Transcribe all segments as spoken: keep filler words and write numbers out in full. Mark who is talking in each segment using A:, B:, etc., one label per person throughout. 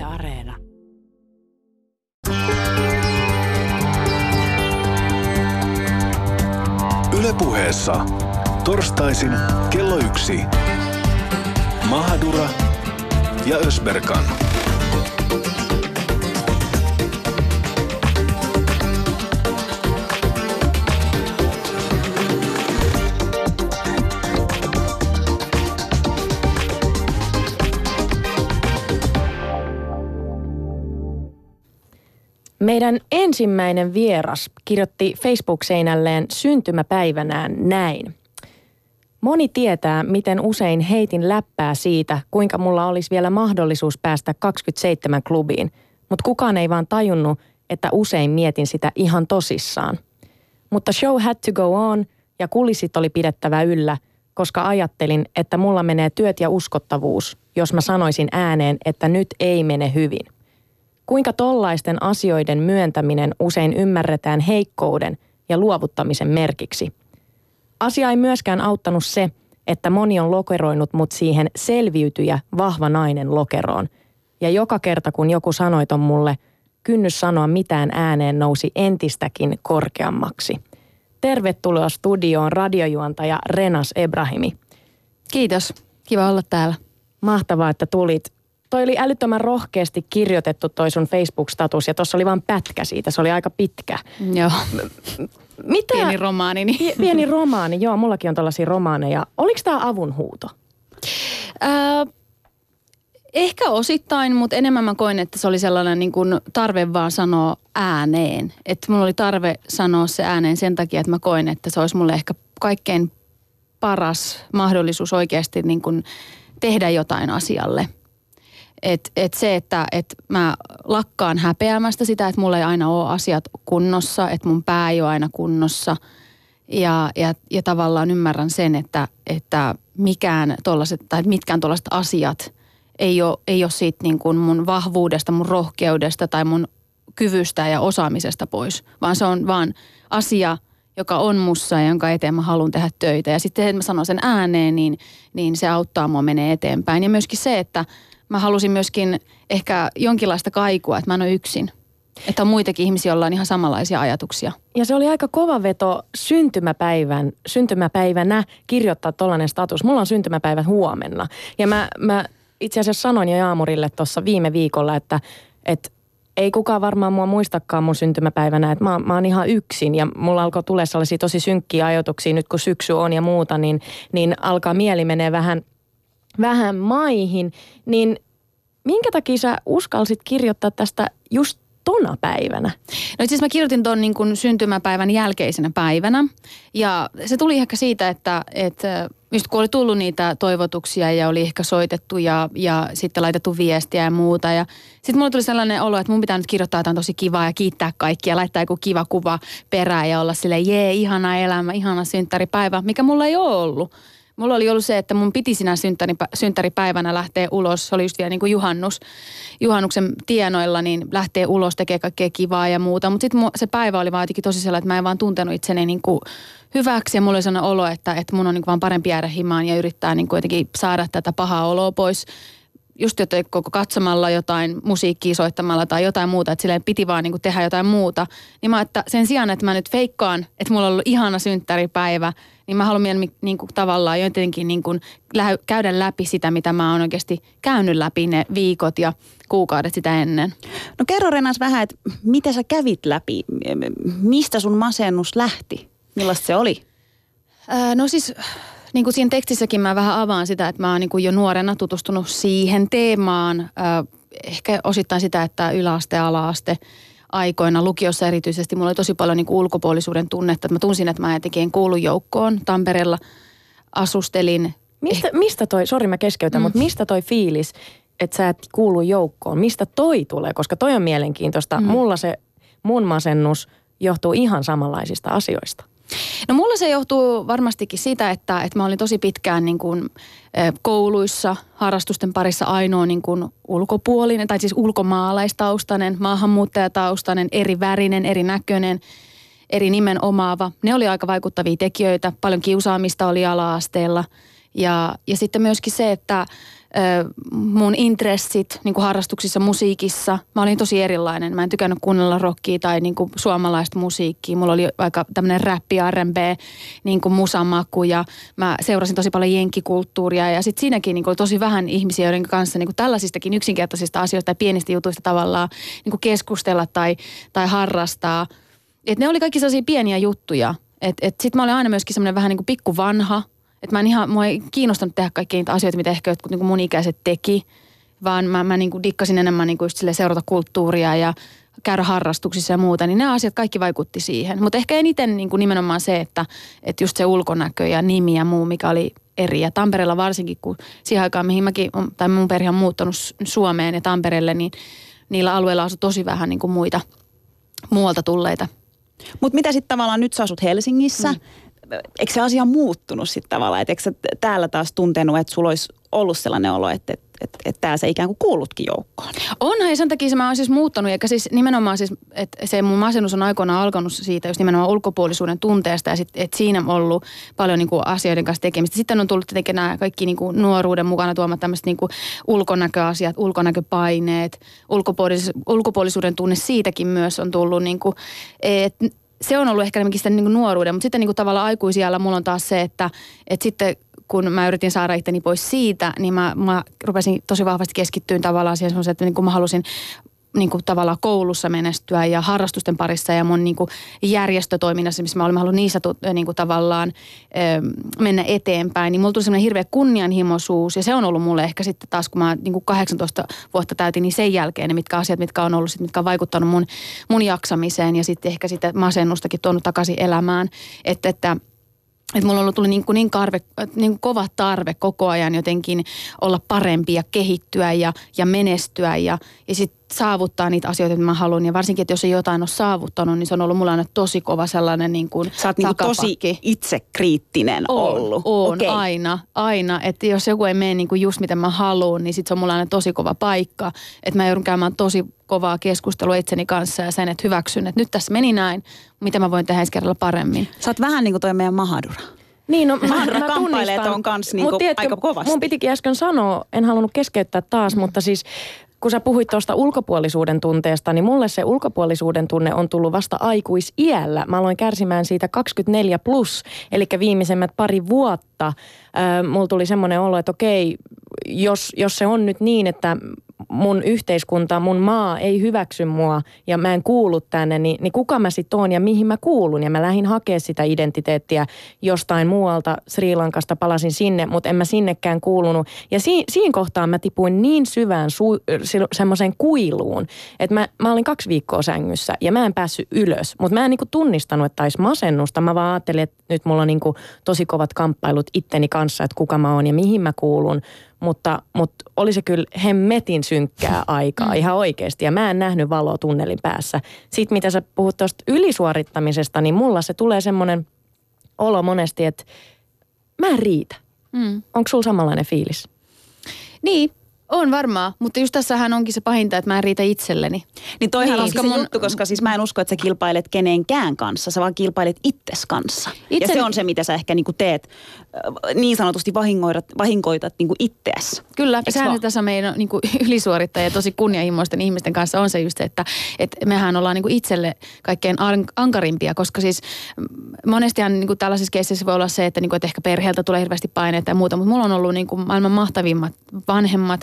A: Yle Areena.
B: Yle Puheessa torstaisin kello yksi. Mahadura ja Ösberkan.
C: Meidän ensimmäinen vieras kirjoitti Facebook-seinälleen syntymäpäivänään näin. Moni tietää, miten usein heitin läppää siitä, kuinka mulla olisi vielä mahdollisuus päästä kaksikymmentäseitsemän klubiin, mutta kukaan ei vaan tajunnut, että usein mietin sitä ihan tosissaan. Mutta show had to go on ja kulissit oli pidettävä yllä, koska ajattelin, että mulla menee työt ja uskottavuus, jos mä sanoisin ääneen, että nyt ei mene hyvin. Kuinka tollaisten asioiden myöntäminen usein ymmärretään heikkouden ja luovuttamisen merkiksi. Asia ei myöskään auttanut se, että moni on lokeroinut mut siihen selviytyjä vahva nainen lokeroon. Ja joka kerta kun joku sanoi ton mulle, kynnys sanoa mitään ääneen nousi entistäkin korkeammaksi. Tervetuloa studioon radiojuontaja Renas Ebrahimi.
D: Kiitos. Kiva olla täällä.
C: Mahtavaa, että tulit. Toi oli älyttömän rohkeasti kirjoitettu toi sun Facebook-status ja tuossa oli vain pätkä siitä. Se oli aika pitkä.
D: Joo.
C: Mitä?
D: Pieni romaani. Niin.
C: Pieni romaani, joo. Mullakin on tällaisia romaaneja. Oliko tämä avunhuuto?
D: Äh, ehkä osittain, mutta enemmän mä koin, että se oli sellainen niin kuin tarve vaan sanoa ääneen. Että mulla oli tarve sanoa se ääneen sen takia, että mä koin, että se olisi mulle ehkä kaikkein paras mahdollisuus oikeasti niin kuin tehdä jotain asialle. Että et se, että et mä lakkaan häpeämästä sitä, että mulla ei aina ole asiat kunnossa, että mun pää ei ole aina kunnossa. Ja, ja, ja tavallaan ymmärrän sen, että, että mikään tollaset, tai mitkään tollaiset asiat ei ole, ei ole siitä niin kuin mun vahvuudesta, mun rohkeudesta tai mun kyvystä ja osaamisesta pois. Vaan se on vaan asia, joka on mussa ja jonka eteen mä haluan tehdä töitä. Ja sitten, että mä sanon sen ääneen, niin, niin se auttaa mua menee eteenpäin. Ja myöskin se, että mä halusin myöskin ehkä jonkinlaista kaikua, että mä en ole yksin. Että on muitakin ihmisiä, joilla on ihan samanlaisia ajatuksia.
C: Ja se oli aika kova veto syntymäpäivän, syntymäpäivänä kirjoittaa tollainen status. Mulla on syntymäpäivä huomenna. Ja mä, mä itse asiassa sanoin jo Jaamurille tuossa viime viikolla, että, että ei kukaan varmaan mua muistakaan mun syntymäpäivänä, että mä, mä oon ihan yksin. Ja mulla alkoi tulla sellaisia tosi synkkiä ajatuksia nyt kun syksy on ja muuta, niin, niin alkaa mieli menee vähän... vähän maihin, niin minkä takia sä uskalsit kirjoittaa tästä just tona päivänä?
D: No itse asiassa mä kirjoitin ton niin kuin syntymäpäivän jälkeisenä päivänä ja se tuli ehkä siitä, että, että just kun oli tullut niitä toivotuksia ja oli ehkä soitettu ja, ja sitten laitettu viestiä ja muuta ja sitten mulla tuli sellainen olo, että mun pitää nyt kirjoittaa jotain tosi kivaa ja kiittää kaikkia, laittaa joku kiva kuva perään ja olla silleen jee, ihana elämä, ihana synttäripäivä, mikä mulla ei ole ollut. Mulla oli ollut se, että mun piti sinä synttäripäivänä lähteä ulos. Se oli just vielä niin kuin juhannus. Juhannuksen tienoilla niin lähtee ulos, tekee kaikkea kivaa ja muuta. Mutta sitten se päivä oli vaan jotenkin tosi sellainen, että mä en vaan tuntenut itseni niin kuin hyväksi. Ja mulla oli sellainen olo, että, että mun on niin kuin vaan parempi jäädä himaan ja yrittää niin kuin jotenkin saada tätä pahaa oloa pois. Just jotain koko katsomalla jotain musiikkia soittamalla tai jotain muuta, että silleen piti vaan niin kuin tehdä jotain muuta. Niin mä, että sen sijaan, että mä nyt feikkaan, että mulla on ollut ihana synttäripäivä, niin mä haluan niin kuin tavallaan jotenkin niin kuin lä- käydä läpi sitä, mitä mä oon oikeasti käynyt läpi ne viikot ja kuukaudet sitä ennen.
E: No kerro Renas vähän, että mitä sä kävit läpi? Mistä sun masennus lähti? Millaista se oli?
D: Ää, no siis... Niin kuin siinä tekstissäkin mä vähän avaan sitä, että mä oon niin kuin jo nuorena tutustunut siihen teemaan. Äh, ehkä osittain sitä, että yläaste ja ala-aste aikoina, lukiossa erityisesti, mulla oli tosi paljon niin kuin ulkopuolisuuden tunnetta. Mä tunsin, että mä jotenkin en kuulu joukkoon. Tampereella asustelin.
C: Mistä, eh... mistä toi, sori mä keskeytän, mm. mutta mistä toi fiilis, että sä et kuulu joukkoon? Mistä toi tulee? Koska toi on mielenkiintoista. Mm. Mulla se mun masennus johtuu ihan samanlaisista asioista.
D: No mulla se johtuu varmastikin siitä, että, että mä olin tosi pitkään niin kuin kouluissa, harrastusten parissa ainoa niin kuin ulkopuolinen, tai siis ulkomaalaistaustainen, maahanmuuttajataustainen, eri värinen, eri näköinen, eri nimen omaava. Ne oli aika vaikuttavia tekijöitä, paljon kiusaamista oli ala-asteella. Ja, ja sitten myöskin se, että mun intressit niin kuin harrastuksissa, musiikissa. Mä olin tosi erilainen. Mä en tykännyt kuunnella rockia tai niin kuin suomalaista musiikkia. Mulla oli aika tämmöinen räppi, R and B, niin kuin musamaku ja mä seurasin tosi paljon jenkkikulttuuria ja sitten siinäkin niin kuin oli tosi vähän ihmisiä, joiden kanssa niin kuin tällaisistakin yksinkertaisista asioista tai pienistä jutuista tavallaan niin kuin keskustella tai, tai harrastaa. Et ne oli kaikki sellaisia pieniä juttuja. Että et sit mä olin aina myöskin semmoinen vähän niin kuin pikku vanha. Että mä en ihan, mua ei kiinnostanut tehdä kaikkia niitä asioita, mitä ehkä jotkut niin kuin mun ikäiset teki. Vaan mä, mä niin kuin dikkasin enemmän niin kuin just seurata kulttuuria ja käydä harrastuksissa ja muuta. Niin nämä asiat kaikki vaikutti siihen. Mutta ehkä eniten niin kuin nimenomaan se, että, että just se ulkonäkö ja nimi ja muu, mikä oli eri. Ja Tampereella varsinkin, kun siihen aikaan, mihin mäkin, tai mun perhe on muuttanut Suomeen ja Tampereelle, niin niillä alueilla asui tosi vähän niin kuin muita muualta tulleita.
E: Mutta mitä sitten tavallaan nyt sä asut Helsingissä? Mm. Eikö se asia muuttunut sitten tavallaan? Et eikö sä täällä taas tuntenut, että sulla olisi ollut sellainen olo, että, että, että, että täällä se ikään kuin kuulutkin joukkoon?
D: Onhan ja sen takia se mä oon siis muuttanut. Eikä siis nimenomaan siis, että se mun masennus on aikoinaan alkanut siitä just nimenomaan ulkopuolisuuden tunteesta. Ja sitten, että siinä on ollut paljon niin kuin asioiden kanssa tekemistä. Sitten on tullut tietenkin nämä kaikki niin kuin nuoruuden mukana tuomat tämmöiset niin kuin ulkonäköasiat, ulkonäköpaineet, ulkopuolis- ulkopuolisuuden tunne siitäkin myös on tullut niin kuin, että se on ollut ehkä enemmänkin sitä niin kuin nuoruuden, mutta sitten niin kuin tavallaan aikuisiällä mulla on taas se, että, että sitten kun mä yritin saada itteni pois siitä, niin mä, mä rupesin tosi vahvasti keskittyä tavallaan siihen semmoiseen, että niin kuin mä halusin niin kuin tavallaan koulussa menestyä ja harrastusten parissa ja mun niin kuin järjestötoiminnassa, missä mä olin, mä haluan niissä niin kuin tavallaan ö, mennä eteenpäin, niin mulla tuli semmoinen hirveä kunnianhimoisuus ja se on ollut mulle ehkä sitten taas, kun mä niin kuin kahdeksantoista vuotta täytin, niin sen jälkeen ne mitkä asiat, mitkä on ollut sit, mitkä on vaikuttanut mun, mun jaksamiseen ja sitten ehkä sitä masennustakin tuonut takaisin elämään, että, että Että mulla on ollut niin, niin, karve, niin kova tarve koko ajan jotenkin olla parempi ja kehittyä ja, ja menestyä ja, ja sitten saavuttaa niitä asioita, mitä mä haluan. Ja varsinkin, että jos ei jotain ole saavuttanut, niin se on ollut mulla aina tosi kova sellainen niin kuin
E: Sä oot niin kuin tosi itsekriittinen
D: on,
E: ollut.
D: On, okay. aina, aina. Että jos joku ei mene niin kuin just miten mä haluan, niin sit se on mulla aina tosi kova paikka. Että mä joudun käymään tosi kovaa keskustelua itseni kanssa ja sen, että hyväksyn, että nyt tässä meni näin, mitä mä voin tehdä ensi kerralla paremmin.
E: Sä oot vähän niin kuin toi meidän Mahadura.
C: Niin, no mä,
E: Mahadura
C: mä
E: kamppailee
C: tunnistan.
E: ton kanssa niin aika kovasti.
C: Mun pitikin äsken sanoa, en halunnut keskeyttää taas, mm. mutta siis kun sä puhuit tuosta ulkopuolisuuden tunteesta, niin mulle se ulkopuolisuuden tunne on tullut vasta aikuisiällä. Mä aloin kärsimään siitä kaksikymmentäneljä plus, eli viimeisemmät pari vuotta. Äh, mulla tuli semmoinen olo, että okei, jos, jos se on nyt niin, että mun yhteiskunta, mun maa ei hyväksy mua ja mä en kuulu tänne, niin, niin kuka mä sit oon ja mihin mä kuulun? Ja mä lähdin hakemaan sitä identiteettiä jostain muualta, Sri Lankasta palasin sinne, mutta en mä sinnekään kuulunut. Ja si, siinä kohtaa mä tipuin niin syvään su, semmoiseen kuiluun, että mä, mä olin kaksi viikkoa sängyssä ja mä en päässyt ylös. Mutta mä en niinku tunnistanut, että taisi masennusta. Mä vaan ajattelin, että nyt mulla on niinku tosi kovat kamppailut itteni kanssa, että kuka mä oon ja mihin mä kuulun. Mutta, mutta oli se kyllä hemmetin synkkää aikaa ihan oikeasti ja mä en nähnyt valoa tunnelin päässä. Sitten mitä sä puhut tuosta ylisuorittamisesta, niin mulla se tulee semmoinen olo monesti, että mä en riitä. Mm. Onko sulla samanlainen fiilis?
D: Niin. On varmaan, mutta just tässähän onkin se pahinta, että mä en riitä itselleni.
E: Niin toihan
D: niin,
E: on se mun juttu, koska siis mä en usko, että sä kilpailet kenenkään kanssa, sä vaan kilpailet itses kanssa. Itse... Ja se on se, mitä sä ehkä niinku teet, niin sanotusti vahingoitat, vahinkoitat niinku itseäsi.
D: Kyllä, sehän tässä meidän niinku ylisuorittajia tosi kunnianhimoisten ihmisten kanssa on se just se, että, että mehän ollaan niinku itselle kaikkein ankarimpia, koska siis monestihan niinku tällaisissa keisseissä voi olla se, että, niinku, että ehkä perheeltä tulee hirveästi paineita ja muuta, mutta mulla on ollut niinku maailman mahtavimmat vanhemmat,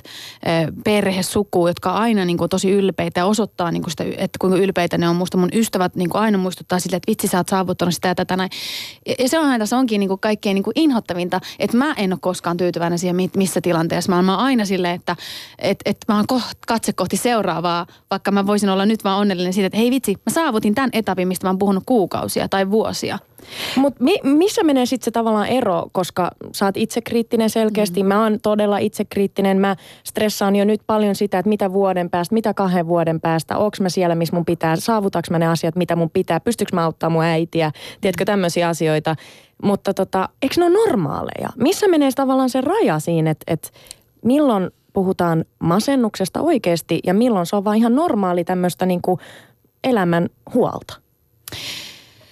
D: perhe, suku, jotka aina niin kuin, tosi ylpeitä ja osoittaa, niin kuin sitä, että kuinka ylpeitä ne on. Musta mun ystävät niin kuin, aina muistuttaa silleen, että vitsi sä oot saavuttanut sitä ja tätä näin. Ja, ja se onhan tässä onkin niin kuin, kaikkein niin kuin, inhottavinta, että mä en ole koskaan tyytyväinen siihen, missä tilanteessa. Mä, mä oon aina silleen, että et, et mä oon ko- katse kohti seuraavaa, vaikka mä voisin olla nyt vaan onnellinen siitä, että hei vitsi, mä saavutin tämän etapin, mistä mä oon puhunut kuukausia tai vuosia.
C: Mutta mi- missä menee sitten se tavallaan ero, koska sä oot itsekriittinen selkeästi, mm. mä oon todella itsekriittinen, mä stressaan jo nyt paljon sitä, että mitä vuoden päästä, mitä kahden vuoden päästä, onks mä siellä, missä mun pitää, saavutaks mä ne asiat, mitä mun pitää, pystyykö mä auttaa mun äitiä, tiedätkö tämmöisiä asioita, mutta tota, eikö ne ole normaaleja? Missä menee tavallaan se raja siinä, että et milloin puhutaan masennuksesta oikeasti ja milloin se on vaan ihan normaali tämmöistä niinku elämän huolta?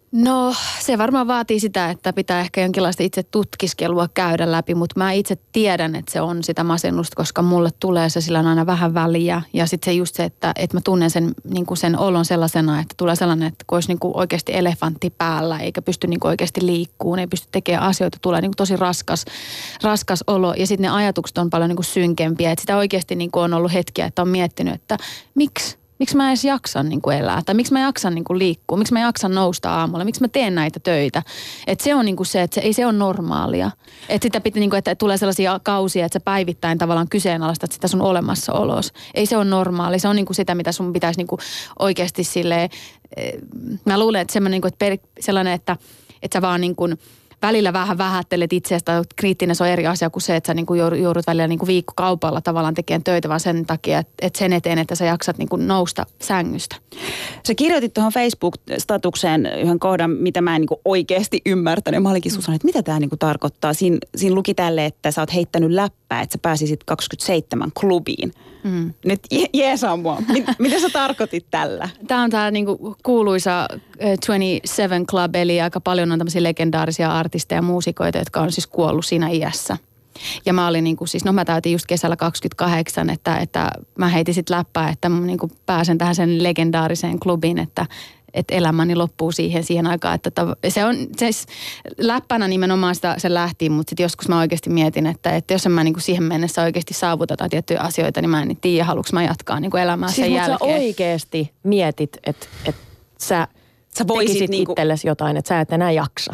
D: No se varmaan vaatii sitä, että pitää ehkä jonkinlaista itse tutkiskelua käydä läpi, mutta mä itse tiedän, että se on sitä masennusta, koska mulle tulee se sillä aina vähän väliä. Ja sitten se just se, että, että mä tunnen sen, niin kuin sen olon sellaisena, että tulee sellainen, että kun olisi niin kuin oikeasti elefantti päällä eikä pysty niin kuin oikeasti liikkuun, ei pysty tekemään asioita, tulee niin kuin tosi raskas, raskas olo. Ja sitten ne ajatukset on paljon niin kuin synkempiä, että sitä oikeasti niin kuin on ollut hetkiä, että on miettinyt, että miksi? Miksi mä edes jaksan niin kuin elää? Tai miksi mä jaksan niin kuin liikkua? Miksi mä jaksan nousta aamulla? Miksi mä teen näitä töitä? Että se on niin kuin se, että se, ei se ole normaalia. Että sitä pitää, niin kuin, että tulee sellaisia kausia, että sä päivittäin tavallaan kyseenalaistat sitä sun olemassaolos. Ei se ole normaali. Se on niin kuin sitä, mitä sun pitäisi niin kuin oikeasti silleen, mä luulen, että semmoinen, niin kuin, että sellainen, että, että sä vaan niin kuin välillä vähän vähättelet itseäsi tai kriittinen, se on eri asia kuin se, että sä niin kuin joudut välillä niin kuin viikkokaupalla tavallaan tekemään töitä, vaan sen takia, että, että sen eteen, että sä jaksat niin kuin nousta sängystä.
E: Sä kirjoitit tuohon Facebook-statukseen yhden kohdan, mitä mä en niin kuin oikeasti ymmärtänyt. Mä olinkin Susanna, että mitä tämä niin kuin tarkoittaa. Siinä, siinä luki tälle, että sä oot heittänyt läppää, että sä pääsisit kaksikymmentäseitsemän klubiin. Mm. Nyt je- jeesaa mua. Mitä sä tarkoitit tällä?
D: Tämä on tämä niinku kuuluisa kaksikymmentäseitsemän Club, eli aika paljon on tämmöisiä legendaarisia artisteja ja muusikoita, jotka on siis kuollut siinä iässä. Ja mä olin niinku siis, no mä täytin just kesällä kaksikymmentäkahdeksan, että, että mä heitin sit läppää, että mä niinku pääsen tähän sen legendaariseen klubiin, että että elämäni loppuu siihen, siihen aikaan. Että se on, se läppänä nimenomaan sitä, se lähti, mutta sitten joskus mä oikeasti mietin, että, että jos en mä niinku siihen mennessä oikeasti saavutetaan tiettyjä asioita, niin mä en tiedä, haluanko mä jatkaa niinku elämää
C: siis
D: sen
C: jälkeen.
D: jälkeen.
C: Siis sä oikeasti mietit, että, että sä, sä tekisit niinku itsellesi jotain, että sä et enää jaksa.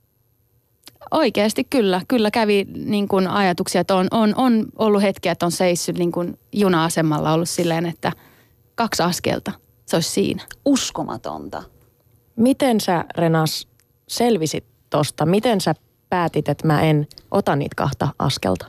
D: Oikeasti kyllä. Kyllä kävi niin kuin ajatuksia, että on, on, on ollut hetkiä, että on seissyt niin kuin juna-asemalla ollut silleen, että kaksi askelta. Se olisi siinä.
E: Uskomatonta.
C: Miten sä, Renas, selvisit tosta? Miten sä päätit, että mä en ota niitä kahta askelta?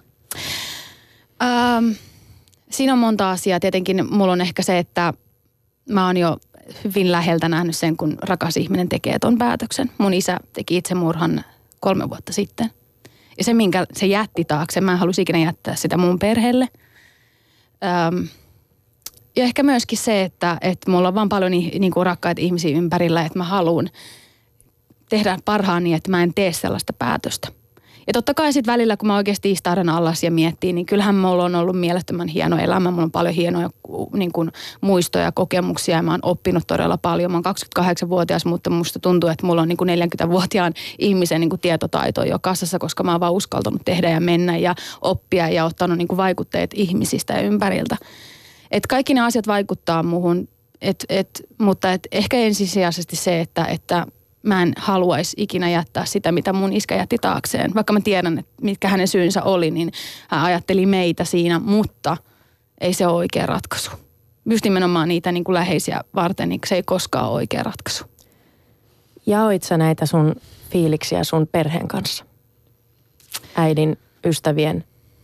D: Ähm, siinä on monta asiaa. Tietenkin mulla on ehkä se, että mä oon jo hyvin läheltä nähnyt sen, kun rakas ihminen tekee ton päätöksen. Mun isä teki itsemurhan kolme vuotta sitten. Ja se, minkä se jätti taakse, mä en halusi ikinä jättää sitä mun perheelle. Ähm, Ja ehkä myöskin se, että, että mulla on vaan paljon niin kuin rakkaita ihmisiä ympärillä, että mä haluan tehdä parhaani, että mä en tee sellaista päätöstä. Ja totta kai sitten välillä, kun mä oikeasti istahdan alas ja miettii, niin kyllähän mulla on ollut mielettömän hieno elämä. Mulla on paljon hienoja niin kuin, muistoja ja kokemuksia ja mä oon oppinut todella paljon. Mä oon kaksikymmentäkahdeksanvuotias, mutta musta tuntuu, että mulla on niin kuin neljäkymmentävuotiaan ihmisen niin kuin tietotaito jo kassassa, koska mä oon vaan uskaltanut tehdä ja mennä ja oppia ja ottanut niin kuin vaikutteet ihmisistä ja ympäriltä. Et kaikki ne asiat vaikuttaa muuhun, et, et, mutta et ehkä ensisijaisesti se, että, että mä en haluaisi ikinä jättää sitä, mitä mun iskä jätti taakseen. Vaikka mä tiedän, että mitkä hänen syynsä oli, niin hän ajatteli meitä siinä, mutta ei se ole oikea ratkaisu. Just nimenomaan niitä niin kuin läheisiä varten, niin se ei koskaan ole oikea ratkaisu.
C: Jaoit sä näitä sun fiiliksiä sun perheen kanssa? Äidin, ystävien,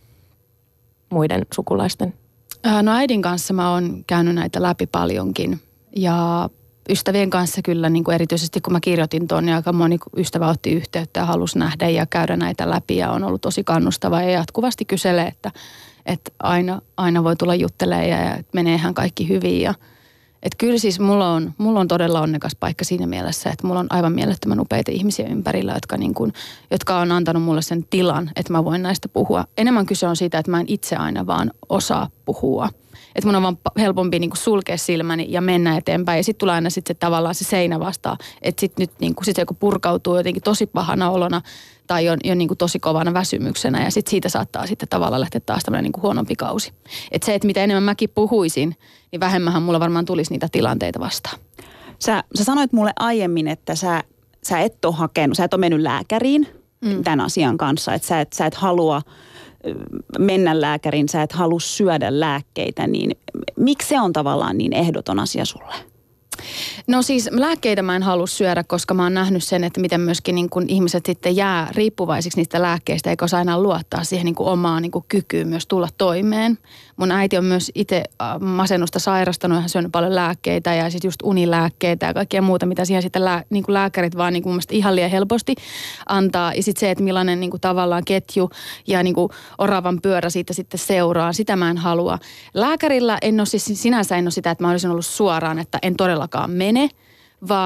C: muiden sukulaisten?
D: No äidin kanssa mä oon käynyt näitä läpi paljonkin ja ystävien kanssa kyllä niin kuin erityisesti kun mä kirjoitin ton, niin aika moni ystävä otti yhteyttä ja halusi nähdä ja käydä näitä läpi ja on ollut tosi kannustava ja jatkuvasti kyselee, että, että aina, aina voi tulla juttelemaan ja, ja meneehän kaikki hyvin ja että kyllä siis mulla on, mulla on todella onnekas paikka siinä mielessä, että mulla on aivan mielettömän upeita ihmisiä ympärillä, jotka, niin kuin, jotka on antanut mulle sen tilan, että mä voin näistä puhua. Enemmän kyse on siitä, että mä en itse aina vaan osaa puhua. Että mun on vaan helpompi niin kuin sulkea silmäni ja mennä eteenpäin. Ja sitten tulee aina sitten se, tavallaan se seinä vastaan, että sitten nyt niin kuin, sit se joku purkautuu jotenkin tosi pahana olona tai on, on niin kuin tosi kovana väsymyksenä ja sitten siitä saattaa sitten tavallaan lähteä taas tämmöinen niin kuin huonompi kausi. Että se, että mitä enemmän mäkin puhuisin, niin vähemmänhän mulla varmaan tulisi niitä tilanteita vastaan.
E: Sä, sä sanoit mulle aiemmin, että sä, sä et ole hakenut, sä et ole mennyt lääkäriin mm. tämän asian kanssa, että sä et, sä et halua mennä lääkäriin, sä et halua syödä lääkkeitä, niin miksi se on tavallaan niin ehdoton asia sulle?
D: No siis lääkkeitä mä en halua syödä, koska mä oon nähnyt sen, että miten myöskin niin kun ihmiset sitten jää riippuvaisiksi niistä lääkkeistä, eikä osaa enää luottaa siihen niin kuin omaan niin kuin kykyyn myös tulla toimeen. Mun äiti on myös itse masennusta sairastanut, hän syönyt paljon lääkkeitä ja sitten just unilääkkeitä ja kaikkea muuta, mitä siihen sitten lää, niin kuin lääkärit vaan niin kuin mun mielestä ihan liian helposti antaa. Ja sitten se, että millainen niin kuin tavallaan ketju ja niin kuin oravan pyörä siitä sitten seuraa, sitä mä en halua. Lääkärillä en ole siis sinänsä en ole sitä, että mä olisin ollut suoraan, että en todellakaan mene, vaan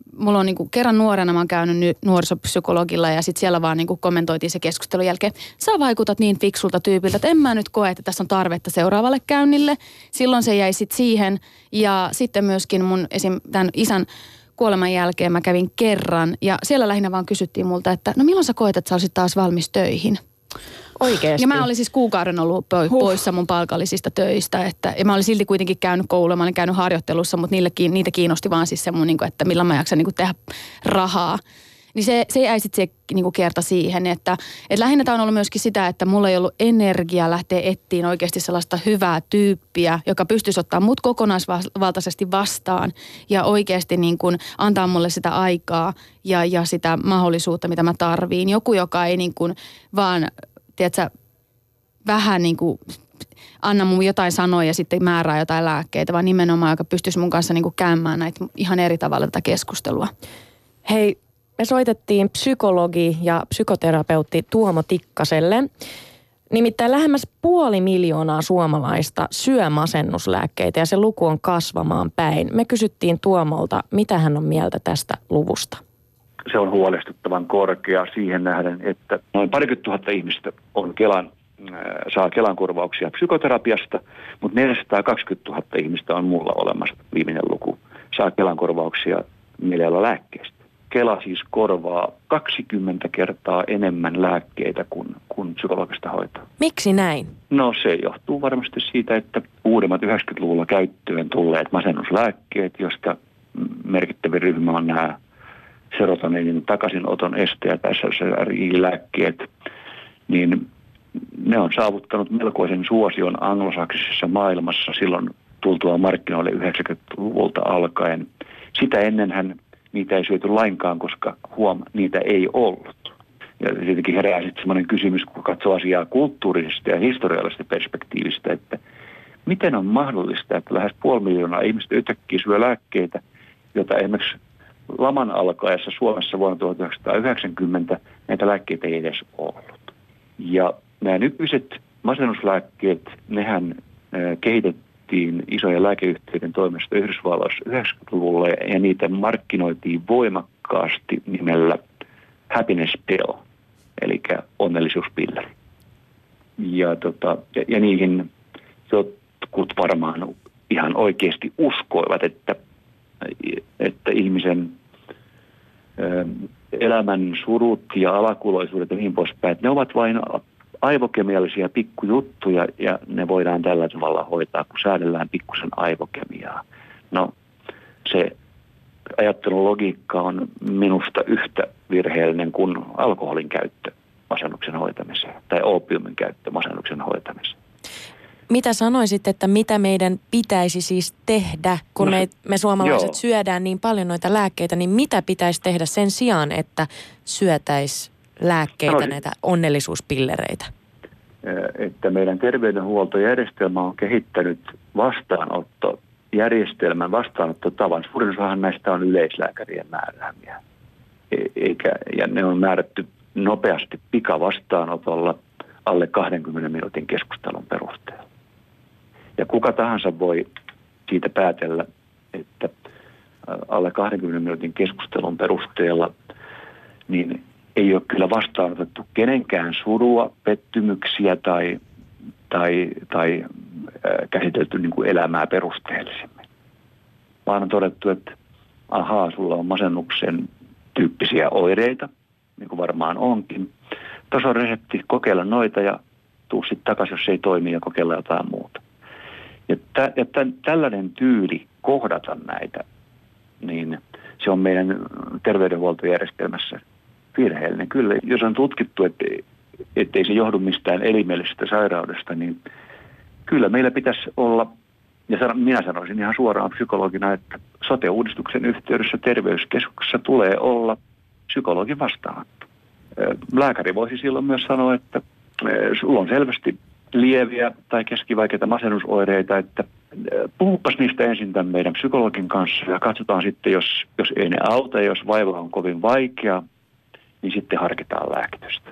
D: mulla on niinku, kerran nuorena mä oon käynyt ny, nuorisopsykologilla ja sitten siellä vaan niinku kommentoitiin se keskustelun jälkeen. Sä vaikutat niin fiksulta tyypiltä, että en mä nyt koe, että tässä on tarvetta seuraavalle käynnille. Silloin se jäi sitten siihen ja sitten myöskin mun esim. Tämän isän kuoleman jälkeen mä kävin kerran ja siellä lähinnä vaan kysyttiin multa, että no milloin sä koet, että sä olisit taas valmis töihin?
C: Oikeesti?
D: Ja mä olin siis kuukauden ollut poissa mun palkallisista töistä, että ja mä olin silti kuitenkin käynyt koululla, mä olin käynyt harjoittelussa, mutta niillekin, niitä kiinnosti vaan siis se mun, että millä mä jaksan tehdä rahaa. Niin se, se jäi sitten se niin kerta siihen, että, että lähinnä tämä on ollut myöskin sitä, että mulla ei ollut energiaa lähteä etsiin oikeasti sellaista hyvää tyyppiä, joka pystyisi ottaa mut kokonaisvaltaisesti vastaan ja oikeasti niin kuin antaa mulle sitä aikaa ja, ja sitä mahdollisuutta, mitä mä tarviin. Joku, joka ei niin kuin vaan, tiedätkö, vähän niin kuin anna mun jotain sanoja ja sitten määrää jotain lääkkeitä, vaan nimenomaan, joka pystyisi mun kanssa niin kuin käymään näitä ihan eri tavalla tätä keskustelua.
C: Hei, me soitettiin psykologi ja psykoterapeutti Tuomo Tikkaselle. Nimittäin lähemmäs puoli miljoonaa suomalaista syö masennuslääkkeitä ja se luku on kasvamaan päin. Me kysyttiin Tuomolta, mitä hän on mieltä tästä luvusta.
A: Se on huolestuttavan korkea siihen nähden, että noin parikymmentä tuhatta ihmistä on Kelan, saa Kelan korvauksia psykoterapiasta, mutta neljäsataakaksikymmentätuhatta ihmistä on mulla olemassa, viimeinen luku, saa Kelan korvauksia mielialalääkkeistä. Kela siis korvaa kaksikymmentä kertaa enemmän lääkkeitä kuin, kuin psykologista hoitoa.
C: Miksi näin?
A: No se johtuu varmasti siitä, että uudemmat yhdeksänkymmentäluvulla käyttöön tulleet masennuslääkkeet, joista merkittävin ryhmä on nämä serotoninin takaisinoton estäjät, S S R I-lääkkeet, niin ne on saavuttanut melkoisen suosion anglosaksisessa maailmassa silloin tultua markkinoille yhdeksänkymmentäluvulta alkaen. Sitä ennenhän niitä ei syöty lainkaan, koska huom, niitä ei ollut. Ja tietenkin herää sitten sellainen kysymys, kun katsoo asiaa kulttuurisesta ja historiallisesta perspektiivistä, että miten on mahdollista, että lähes puoli miljoonaa ihmistä yhtäkkiä syö lääkkeitä, joita esimerkiksi laman alkaessa Suomessa vuonna tuhatyhdeksänsataayhdeksänkymmentä näitä lääkkeitä ei edes ollut. Ja nämä nykyiset masennuslääkkeet, nehän kehitettiin isojen lääkeyhtiöiden toimesta Yhdysvalloissa yhdeksänkymmentäluvulla ja niitä markkinoitiin voimakkaasti nimellä happiness pill, eli onnellisuuspilleri. Ja, tota, ja, ja niihin jotkut varmaan ihan oikeasti uskoivat, että, että ihmisen ö, elämän surut ja alakuloisuudet ja niin poispäin, että ne ovat vain aivokemiallisia pikkujuttuja ja ne voidaan tällä tavalla hoitaa, kun säädellään pikkusen aivokemiaa. No se ajattelun logiikka on minusta yhtä virheellinen kuin alkoholin käyttö masennuksen hoitamiseen tai oopiumin käyttö masennuksen hoitamiseen.
C: Mitä sanoisit, että mitä meidän pitäisi siis tehdä, kun no, me, me suomalaiset joo. syödään niin paljon noita lääkkeitä, niin mitä pitäisi tehdä sen sijaan, että syötäisiin lääkkeitä, Sanoisin, näitä onnellisuuspillereitä?
A: Että meidän terveydenhuoltojärjestelmä on kehittänyt vastaanottojärjestelmän, vastaanottotavan. Suurin osahan näistä on yleislääkärien määräämiä. Eikä, ja ne on määrätty nopeasti pikavastaanotolla alle kaksikymmentä minuutin keskustelun perusteella. Ja kuka tahansa voi siitä päätellä, että alle kaksikymmentä minuutin keskustelun perusteella niin ei ole kyllä vastaanotettu kenenkään surua, pettymyksiä tai, tai, tai äh, käsitelty niin kuin elämää perusteellisemmin. Vaan on todettu, että ahaa, sulla on masennuksen tyyppisiä oireita, niin kuin varmaan onkin. Tuossa on resepti, kokeilla noita ja tuu sitten takaisin, jos ei toimi ja kokeilla jotain muuta. Ja, tä, ja tä, tällainen tyyli kohdata näitä, niin se on meidän terveydenhuoltojärjestelmässä virheellinen. Kyllä, jos on tutkittu, että ettei se johdu mistään elimellisestä sairaudesta, niin kyllä meillä pitäisi olla, ja minä sanoisin ihan suoraan psykologina, että sote-uudistuksen yhteydessä terveyskeskuksessa tulee olla psykologin vastaanotto. Lääkäri voisi silloin myös sanoa, että sulla on selvästi lieviä tai keskivaikeita masennusoireita, että puhupas niistä ensin tämän meidän psykologin kanssa ja katsotaan sitten, jos, jos ei ne auta, jos vaiva on kovin vaikea, niin sitten harkitaan lääkitystä.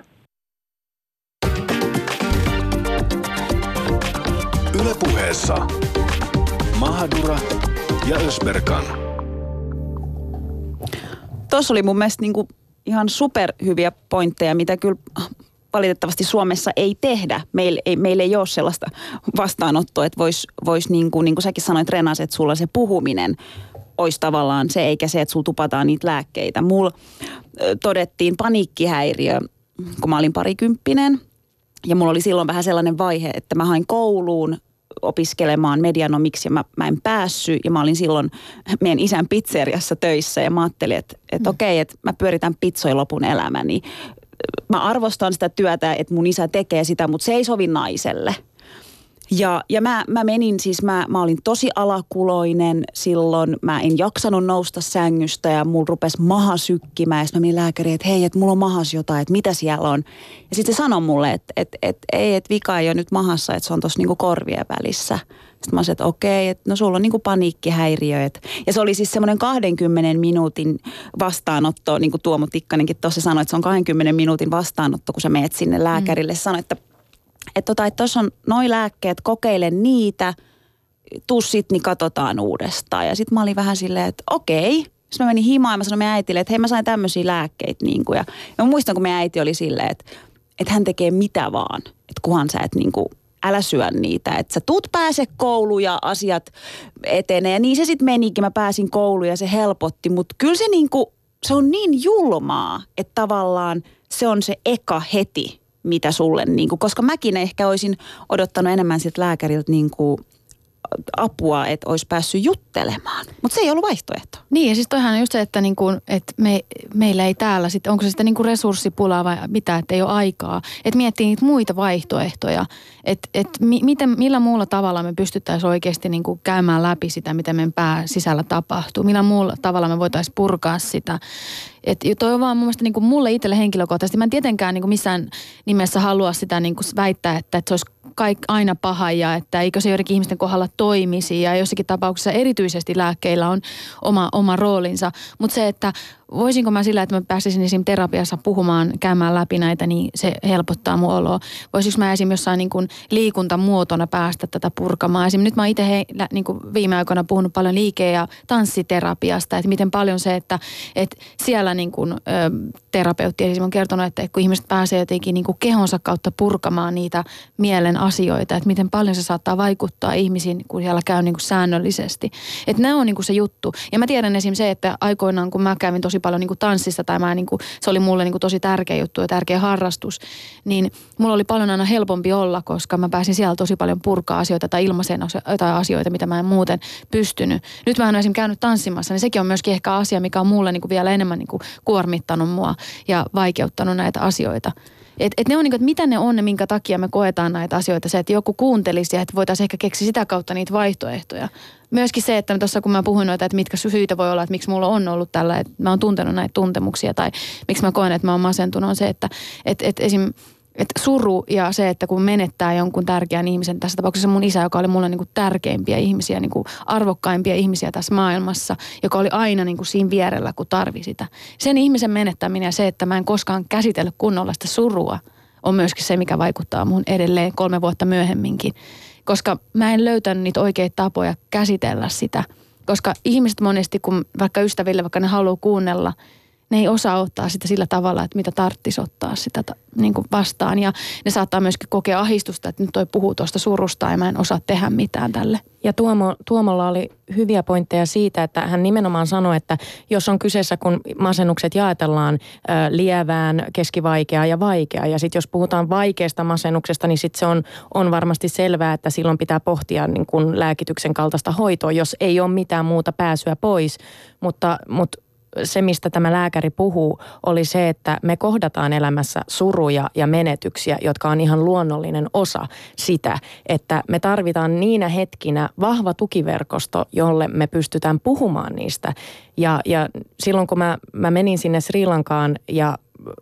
B: Yle Puheessa Mahadura ja Ösberkan.
E: tuossa oli mun mielestä niinku ihan superhyviä pointteja, mitä kyllä valitettavasti Suomessa ei tehdä. Meillä ei, meil ei ole sellaista vastaanottoa, että voisi vois niin kuin, niin kuin säkin sanoit Renas, että sulla se puhuminen olisi tavallaan se, eikä se, että sulla tupataan niitä lääkkeitä. Mulla todettiin paniikkihäiriö, kun mä olin parikymppinen. Ja mulla oli silloin vähän sellainen vaihe, että mä hain kouluun opiskelemaan medianomiksi ja mä, mä en päässyt. Ja mä olin silloin meidän isän pizzeriassa töissä ja mä ajattelin, että, että mm. okei, että mä pyöritän pizzoja lopun elämäni. Mä arvostan sitä työtä, että mun isä tekee sitä, mutta se ei sovi naiselle. Ja, ja mä, mä menin siis, mä, mä olin tosi alakuloinen silloin, mä en jaksanut nousta sängystä ja mulla rupesi maha sykkimään. Ja sitten mä menin lääkäriin, että hei, että mulla on mahas jotain, että mitä siellä on. Ja sitten se sanoi mulle, että, että, että ei, että vika ei ole nyt mahassa, että se on tuossa niinku korvien välissä. Sitten mä olisin, että okei, että no sulla on niinku paniikkihäiriö. Ja se oli siis semmoinen kahdenkymmenen minuutin vastaanotto, niin kuin Tuomo Tikkanenkin tuossa sanoi, että se on kahdenkymmenen minuutin vastaanotto, kun sä meet sinne lääkärille. Sanoi, että että tota, että tuossa on noi lääkkeet, kokeile niitä, tuu sit, niin katsotaan uudestaan. Ja sitten mä olin vähän silleen, että okei. Sitten mä menin himaan ja mä sanoin meidän äitille, että hei mä sain tämmöisiä lääkkeitä. Niin kuin, ja, ja mä muistan, kun meidän äiti oli silleen, että, että hän tekee mitä vaan. Että kunhan sä et niin kuin, älä syö niitä. Että sä tuut pääse kouluun ja asiat etenee. Ja niin se sitten menikin. Mä pääsin kouluun ja se helpotti. Mutta kyllä se, niin kuin, se on niin julmaa, että tavallaan se on se eka heti. Mitä sulle, niin kuin, koska mäkin ehkä olisin odottanut enemmän siltä lääkäriltä niin kuin, apua, että olisi päässyt juttelemaan. Mutta se ei ollut vaihtoehto.
D: Niin ja siis toihan on just se, että, niin kuin, että me, meillä ei täällä sitten, onko se sitten niin kuin resurssipulaa vai mitä, että ei ole aikaa. Että miettii niitä muita vaihtoehtoja, että, että miten, millä muulla tavalla me pystyttäisiin oikeasti niin kuin käymään läpi sitä, mitä meidän pää sisällä tapahtuu. Millä muulla tavalla me voitaisiin purkaa sitä. Että toi on vaan mun mielestä niin kuin mulle itselle henkilökohtaisesti. Mä en tietenkään niin kuin missään nimessä halua sitä niin kuin väittää, että, että se olisi kaik, aina paha ja että eikö se joidenkin ihmisten kohdalla toimisi. Ja jossakin tapauksessa erityisesti lääkkeillä on oma, oma roolinsa. Mutta se, että voisinko mä sillä, että mä pääsisin esimerkiksi terapiassa puhumaan, käymään läpi näitä, niin se helpottaa mun oloa. Voisinko mä esimerkiksi jossain niin kuin liikuntamuotona päästä tätä purkamaan. Esimerkiksi nyt mä oon itse he, niin kuin viime aikoina puhunut paljon liike- ja tanssiterapiasta, että miten paljon se, että, että siellä niin kuin, ö, terapeutti esimerkiksi on kertonut, että kun ihmiset pääsee jotenkin niin kuin kehonsa kautta purkamaan niitä mielen asioita, että miten paljon se saattaa vaikuttaa ihmisiin, kun siellä käy niin kuin säännöllisesti. Että nämä on niin kuin se juttu. Ja mä tiedän esimerkiksi se, että aikoinaan kun mä kävin tosi paljon niin kuin tanssissa tai mä niin kuin, se oli mulle niin kuin tosi tärkeä juttu ja tärkeä harrastus, niin mulla oli paljon aina helpompi olla, koska mä pääsin siellä tosi paljon purkaa asioita tai ilmaiseen jotain asioita, mitä mä en muuten pystynyt. Nyt mä oon esimerkiksi käynyt tanssimassa, niin sekin on myöskin ehkä asia, mikä on mulle niin kuin vielä enemmän niin kuin kuormittanut mua ja vaikeuttanut näitä asioita. Että et ne on niin kuin, että mitä ne on ne, minkä takia me koetaan näitä asioita. Se, että joku kuuntelisi ja että voitaisiin ehkä keksiä sitä kautta niitä vaihtoehtoja. Myöskin se, että tuossa kun mä puhuin noita, että mitkä syitä voi olla, että miksi mulla on ollut tällä, että mä oon tuntenut näitä tuntemuksia tai miksi mä koen, että mä oon masentunut, on se, että et, et esim. Että suru ja se, että kun menettää jonkun tärkeän ihmisen, tässä tapauksessa mun isä, joka oli mulle niin kuin tärkeimpiä ihmisiä, niin kuin arvokkaimpia ihmisiä tässä maailmassa, joka oli aina niin kuin siinä vierellä, kun tarvi sitä. Sen ihmisen menettäminen ja se, että mä en koskaan käsitellyt kunnolla sitä surua, on myöskin se, mikä vaikuttaa mun edelleen kolme vuotta myöhemminkin. Koska mä en löytänyt niitä oikeita tapoja käsitellä sitä. Koska ihmiset monesti, kun vaikka ystäville, vaikka ne haluaa kuunnella, ne ei osaa ottaa sitä sillä tavalla, että mitä tarvitsisi ottaa sitä niin kuin vastaan. Ja ne saattaa myöskin kokea ahdistusta, että nyt toi puhuu tuosta surusta ja mä en osaa tehdä mitään tälle.
C: Ja Tuomo, Tuomolla oli hyviä pointteja siitä, että hän nimenomaan sanoi, että jos on kyseessä, kun masennukset jaetellaan ä, lievään, keskivaikeaa ja vaikeaa. Ja sitten jos puhutaan vaikeasta masennuksesta, niin sitten se on, on varmasti selvää, että silloin pitää pohtia niin kuin lääkityksen kaltaista hoitoa, jos ei ole mitään muuta pääsyä pois. Mutta, mutta se, mistä tämä lääkäri puhuu, oli se, että me kohdataan elämässä suruja ja menetyksiä, jotka on ihan luonnollinen osa sitä, että me tarvitaan niinä hetkinä vahva tukiverkosto, jolle me pystytään puhumaan niistä. Ja, ja silloin, kun mä, mä menin sinne Sri Lankaan ja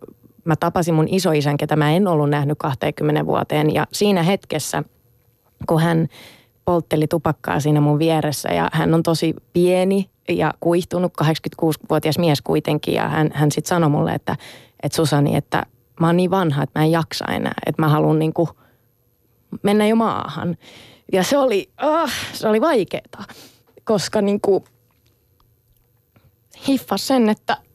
C: mä tapasin mun isoisän, ketä mä en ollut nähnyt kaksikymmentä vuoteen, ja siinä hetkessä, kun hän poltteli tupakkaa siinä mun vieressä ja hän on tosi pieni ja kuihtunut, kahdeksankymmentäkuusivuotias mies kuitenkin, ja hän, hän sitten sanoi mulle, että, että Susani, että mä oon niin vanha, että mä en jaksa enää, että mä haluan niinku mennä jo maahan. Ja se oli, oh, se oli vaikeeta, koska niinku hiffas sen, että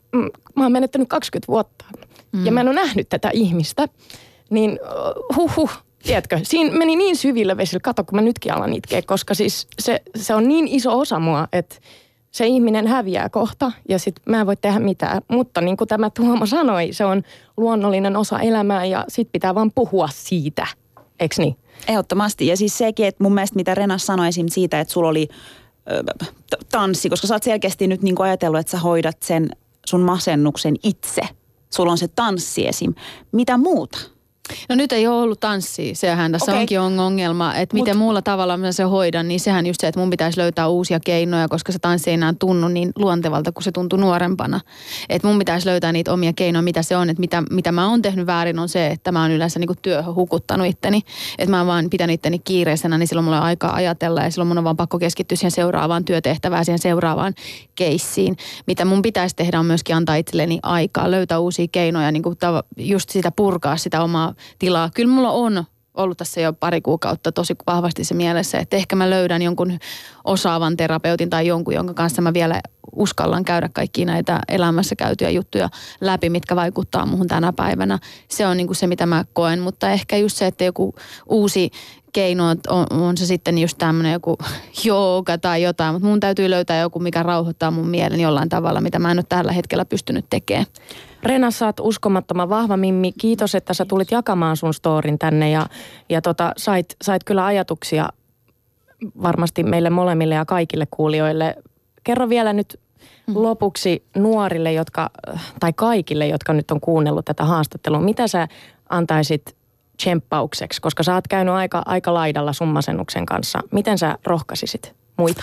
C: mä oon menettänyt kaksikymmentä vuotta mm. ja mä en ole nähnyt tätä ihmistä, niin huh huh, tiedätkö, siinä meni niin syvillä vesillä, kato kun mä nytkin alan itkeä, koska siis se, se on niin iso osa mua, että se ihminen häviää kohta ja sit mä en voi tehdä mitään. Mutta niin kuin tämä Tuomo sanoi, se on luonnollinen osa elämää ja sit pitää vaan puhua siitä, eiks niin?
E: Ehdottomasti. Ja siis sekin, että mun mielestä mitä Renas sanoi esim. Siitä, että sulla oli ö, tanssi, koska sä oot selkeästi nyt niin kuin ajatellut, että sä hoidat sen sun masennuksen itse. Sulla on se tanssi esim. Mitä muuta?
D: No nyt ei ole ollut tanssia, sehän tässä okay. onkin ongelma, että Mut. miten muulla tavalla mä se hoidan, niin sehän just se, että mun pitäisi löytää uusia keinoja, koska se tanssi ei enää tunnu niin luontevalta kuin se tuntui nuorempana. Että mun pitäisi löytää niitä omia keinoja, mitä se on, että mitä, mitä mä oon tehnyt väärin on se, että mä oon yleensä niinku työhön hukuttanut itteni, että mä oon vaan pitänyt itteni kiireisenä, niin silloin mulla on aikaa ajatella ja silloin mun on vaan pakko keskittyä siihen seuraavaan työtehtävään, siihen seuraavaan keissiin. Mitä mun pitäisi tehdä on myöskin antaa itselleni aikaa, löytää uusia keinoja, niin kuin just sitä purkaa sitä omaa tilaa. Kyllä mulla on ollut tässä jo pari kuukautta tosi vahvasti se mielessä, että ehkä mä löydän jonkun osaavan terapeutin tai jonkun, jonka kanssa mä vielä uskallan käydä kaikkia näitä elämässä käytyjä juttuja läpi, mitkä vaikuttaa muhun tänä päivänä. Se on niin kuin se, mitä mä koen, mutta ehkä just se, että joku uusi keino on, on se sitten just tämmöinen joku jooga tai jotain, mutta mun täytyy löytää joku, mikä rauhoittaa mun mielen jollain tavalla, mitä mä en ole tällä hetkellä pystynyt tekemään.
C: Renas, sä oot uskomattoman vahva, Mimmi. Kiitos, että sä tulit jakamaan sun storin tänne ja, ja tota, sait, sait kyllä ajatuksia varmasti meille molemmille ja kaikille kuulijoille. Kerro vielä nyt lopuksi nuorille, jotka, tai kaikille, jotka nyt on kuunnellut tätä haastattelua. Mitä sä antaisit tsemppaukseksi, koska sä oot käynyt aika, aika laidalla sun masennuksen kanssa. Miten sä rohkaisisit muita?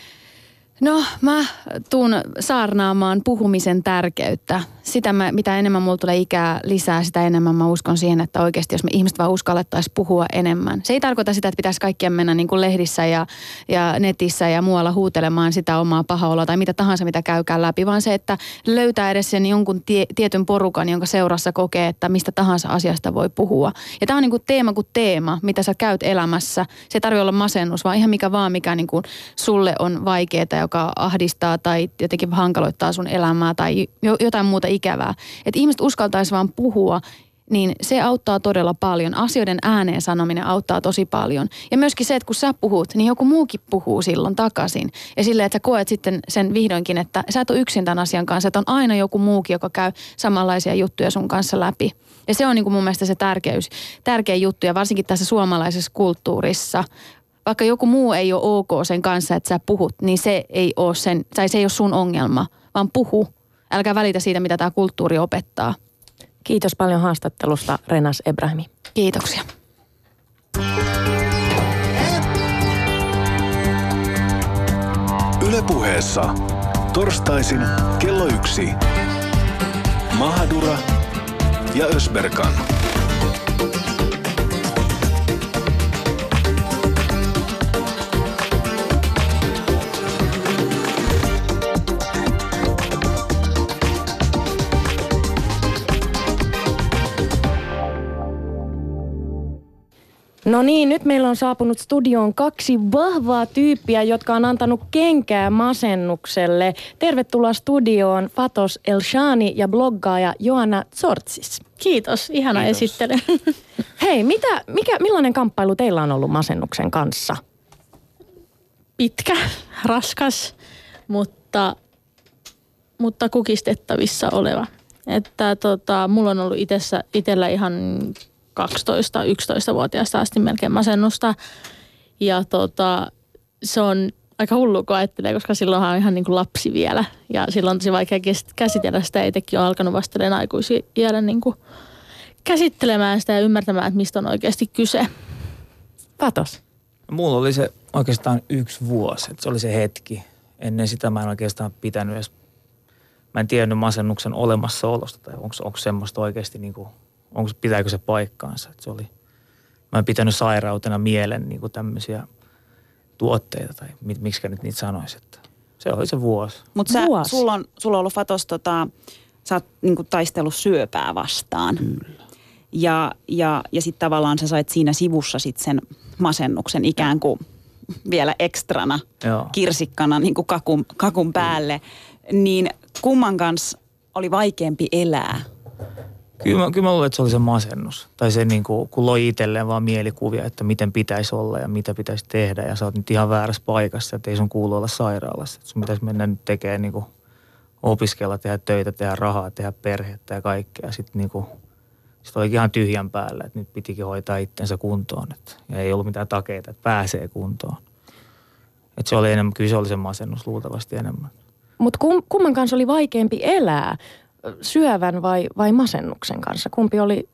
D: No mä tuun saarnaamaan puhumisen tärkeyttä. Sitä mä, mitä enemmän mulla tulee ikää lisää, sitä enemmän mä uskon siihen, että oikeasti jos me ihmiset vaan uskallettaisiin puhua enemmän. Se ei tarkoita sitä, että pitäisi kaikkien mennä niin kuin lehdissä ja, ja netissä ja muualla huutelemaan sitä omaa pahaoloa tai mitä tahansa, mitä käykään läpi, vaan se, että löytää edes sen jonkun tie, tietyn porukan, jonka seurassa kokee, että mistä tahansa asiasta voi puhua. Ja tää on niin kuin teema kuin teema, mitä sä käyt elämässä. Se ei tarvitse olla masennus, vaan ihan mikä vaan, mikä niin kuin sulle on vaikeaa, joka ahdistaa tai jotenkin hankaloittaa sun elämää tai jotain muuta ikävää. Että ihmiset uskaltaisi vaan puhua, niin se auttaa todella paljon. Asioiden ääneen sanominen auttaa tosi paljon. Ja myöskin se, että kun sä puhut, niin joku muukin puhuu silloin takaisin. Ja silleen, että sä koet sitten sen vihdoinkin, että sä et ole yksin tämän asian kanssa, että on aina joku muukin, joka käy samanlaisia juttuja sun kanssa läpi. Ja se on niin kuin mun mielestä se tärkeys, tärkeä juttu ja varsinkin tässä suomalaisessa kulttuurissa. Vaikka joku muu ei ole ok sen kanssa, että sä puhut, niin se ei ole, sen, tai se ei ole sun ongelma, vaan puhu. Älkää välitä siitä, mitä tämä kulttuuri opettaa.
C: Kiitos paljon haastattelusta, Renas Ebrahimi.
D: Kiitoksia.
B: Yle Puheessa. Torstaisin kello yksi. Mahadura ja Ösberkan.
C: No niin, nyt meillä on saapunut studioon kaksi vahvaa tyyppiä, jotka on antanut kenkää masennukselle. Tervetuloa studioon Fatos Elshani ja bloggaaja Joanna Zortsis.
F: Kiitos, ihana Kiitos. Esittely.
C: Hei, mitä, mikä, millainen kamppailu teillä on ollut masennuksen kanssa?
F: Pitkä, raskas, mutta, mutta kukistettavissa oleva. Että tota, mulla on ollut itessä, itellä ihan kaksitoista-yksitoista-vuotiaasta asti melkein masennusta. Ja tota, se on aika hullu, kun ajattelee, koska silloinhan on ihan niin kuin lapsi vielä. Ja silloin on tosi vaikea käsitellä sitä. Itsekin on alkanut vastellen aikuisia iällä niin kuin käsittelemään sitä ja ymmärtämään, että mistä on oikeasti kyse.
C: Fatos.
G: Mulla oli se oikeastaan yksi vuosi. Että se oli se hetki. Ennen sitä mä en oikeastaan pitänyt edes, mä en tiennyt masennuksen olemassaolosta tai onko, onko semmoista oikeasti niin kuin, onko, pitääkö se paikkaansa. Että se oli, mä en pitänyt sairautena mielen niin kuin tämmöisiä tuotteita tai miksi nyt niitä sanoisi. Että se oli se vuosi.
E: Mutta sulla on, sulla on ollut Fatos, tota, sä oot niin kuin taistellut syöpää vastaan.
G: Kyllä.
E: Ja, ja, ja sitten tavallaan sä sait siinä sivussa sit sen masennuksen ikään kuin vielä ekstrana,
G: Joo.
E: kirsikkana niin kuin kakun, kakun päälle. Niin kumman kanssa oli vaikeampi elää?
G: Kyllä mä, kyllä mä luulen, että se oli se masennus. Tai se, niin kuin, kun loi itselleen vaan mielikuvia, että miten pitäisi olla ja mitä pitäisi tehdä. Ja sä oot nyt ihan väärässä paikassa, että ei sun kuulu olla sairaalassa. Että sun pitäisi mennä nyt tekemään, niin kuin, opiskella, tehdä töitä, tehdä rahaa, tehdä perhettä ja kaikkea. Sitten niin kuin, sit oli ihan tyhjän päällä, että nyt pitikin hoitaa itsensä kuntoon. Että, ja ei ollut mitään takeita, että pääsee kuntoon. Että se oli enemmän, kyllä se oli se masennus luultavasti enemmän.
C: Mutta kum, kumman kanssa oli vaikeampi elää? Syövän vai, vai masennuksen kanssa? Kumpi oli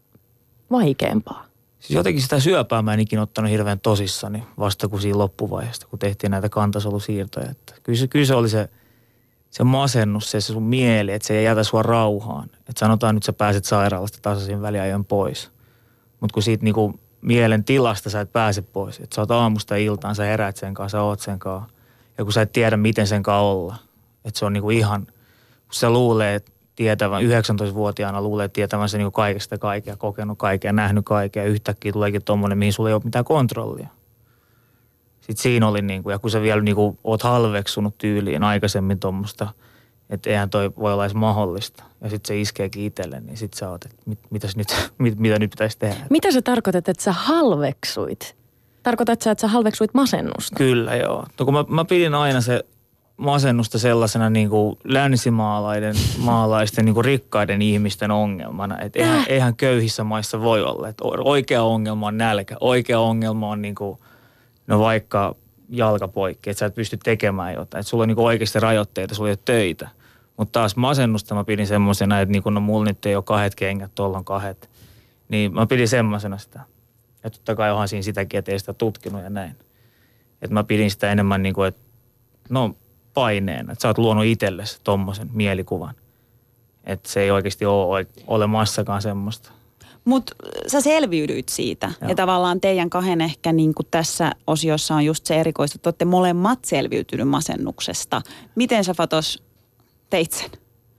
C: vaikeampaa?
G: Siis jotenkin sitä syöpää mä en ikinä ottanut hirveän tosissani vasta kuin siinä loppuvaiheesta, kun tehtiin näitä kantasolusiirtoja. Että kyllä, se, kyllä se oli se, se masennus, se, se sun mieli, että se ei jätä sua rauhaan. Että sanotaan nyt sä pääset sairaalasta tasaisin väliajoin pois. Mutta kun siitä niinku mielen tilasta sä et pääse pois. Että sä oot aamusta iltaan, sä heräät sen kanssa, sä oot sen kanssa. Ja kun sä et tiedä, miten sen kanssa olla. Että se on niinku ihan, kun sä luulee tietävän, yhdeksäntoistavuotiaana luulee tietävänsä niinku kaikesta kaikkea, kokenut kaikkea, nähnyt kaikkea. Ja yhtäkkiä tuleekin tommonen, mihin sulla ei ole mitään kontrollia. Sitten siinä oli niinku, ja kun sä vielä niinku oot halveksunut tyyliin aikaisemmin tommoista, että eihän toi voi olla edes mahdollista. Ja sitten se iskeekin itselle, niin sitten sä oot, että mit, mitäs nyt, mit, mitä nyt pitäisi tehdä.
C: Mitä sä tarkoitat, että sä halveksuit? Tarkoitatko sä, että sä halveksuit masennusta?
G: Kyllä, joo. No kun mä, mä pidin aina se masennusta sellaisena niin kuin länsimaalaisten maalaisten niin kuin rikkaiden ihmisten ongelmana. Että eihän, eihän köyhissä maissa voi olla. Että oikea ongelma on nälkä. Oikea ongelma on niin kuin, no vaikka jalkapoikki, että sä et pysty tekemään jotain. Että sulla on niin kuin oikeasti rajoitteita, sulla ei ole töitä. Mutta taas masennusta mä pidin semmoisena, että niin kuin no mulla nyt ei ole kahdet kengät, tuolla on kahdet. Niin mä pidin semmoisena sitä. Ja totta kai onhan siinä sitäkin, että ei sitä tutkinut ja näin. Että mä pidin sitä enemmän niin kuin, että no paineena, että sä oot luonut itsellesi tommosen mielikuvan. Että se ei oikeasti ole olemassakaan semmoista.
E: Mutta sä selviydyit siitä. Joo. Ja tavallaan teidän kahden ehkä niin kuin tässä osiossa on just se erikoista, että olette molemmat selviytynyt masennuksesta. Miten sä, Fatos, teit sen?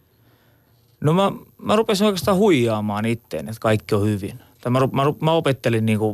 G: No mä, mä rupesin oikeastaan huijaamaan itteen, että kaikki on hyvin. Tai mä, mä, mä opettelin niinku,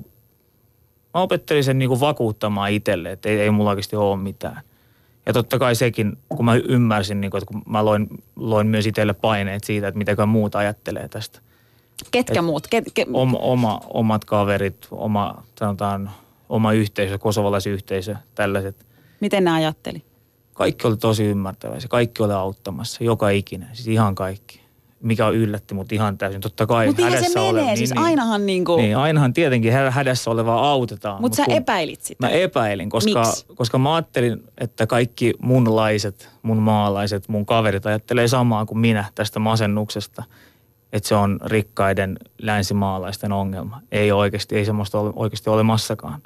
G: mä opettelin sen niinku vakuuttamaan itselle, että ei, ei mulla oikeasti ole mitään. Ja totta kai sekin, kun mä ymmärsin, niinku, että kun mä loin, loin myös itselle paineet siitä, että mitäkään muut ajattelee tästä.
E: Ketkä et muut? Ket, ke...
G: oma, oma, omat kaverit, oma, sanotaan, oma yhteisö, kosovalaisyhteisö, tällaiset.
E: Miten ne ajatteli?
G: Kaikki oli tosi ymmärtäväisiä, kaikki oli auttamassa, joka ikinen, siis ihan kaikki. Mikä yllätti mut ihan täysin. Totta kai
E: Mut
G: hädässä
E: se menee,
G: oleva.
E: siis
G: niin,
E: ainahan niinku.
G: Niin, ainahan tietenkin hädässä olevaa autetaan.
E: Mut
G: mut
E: sä
G: kun,
E: epäilit sitä.
G: Mä epäilin, koska, koska mä ajattelin, että kaikki munlaiset, mun maalaiset, mun kaverit ajattelee samaa kuin minä tästä masennuksesta. Että se on rikkaiden länsimaalaisten ongelma. Ei oikeasti, ei semmoista ole, oikeasti olemassakaan.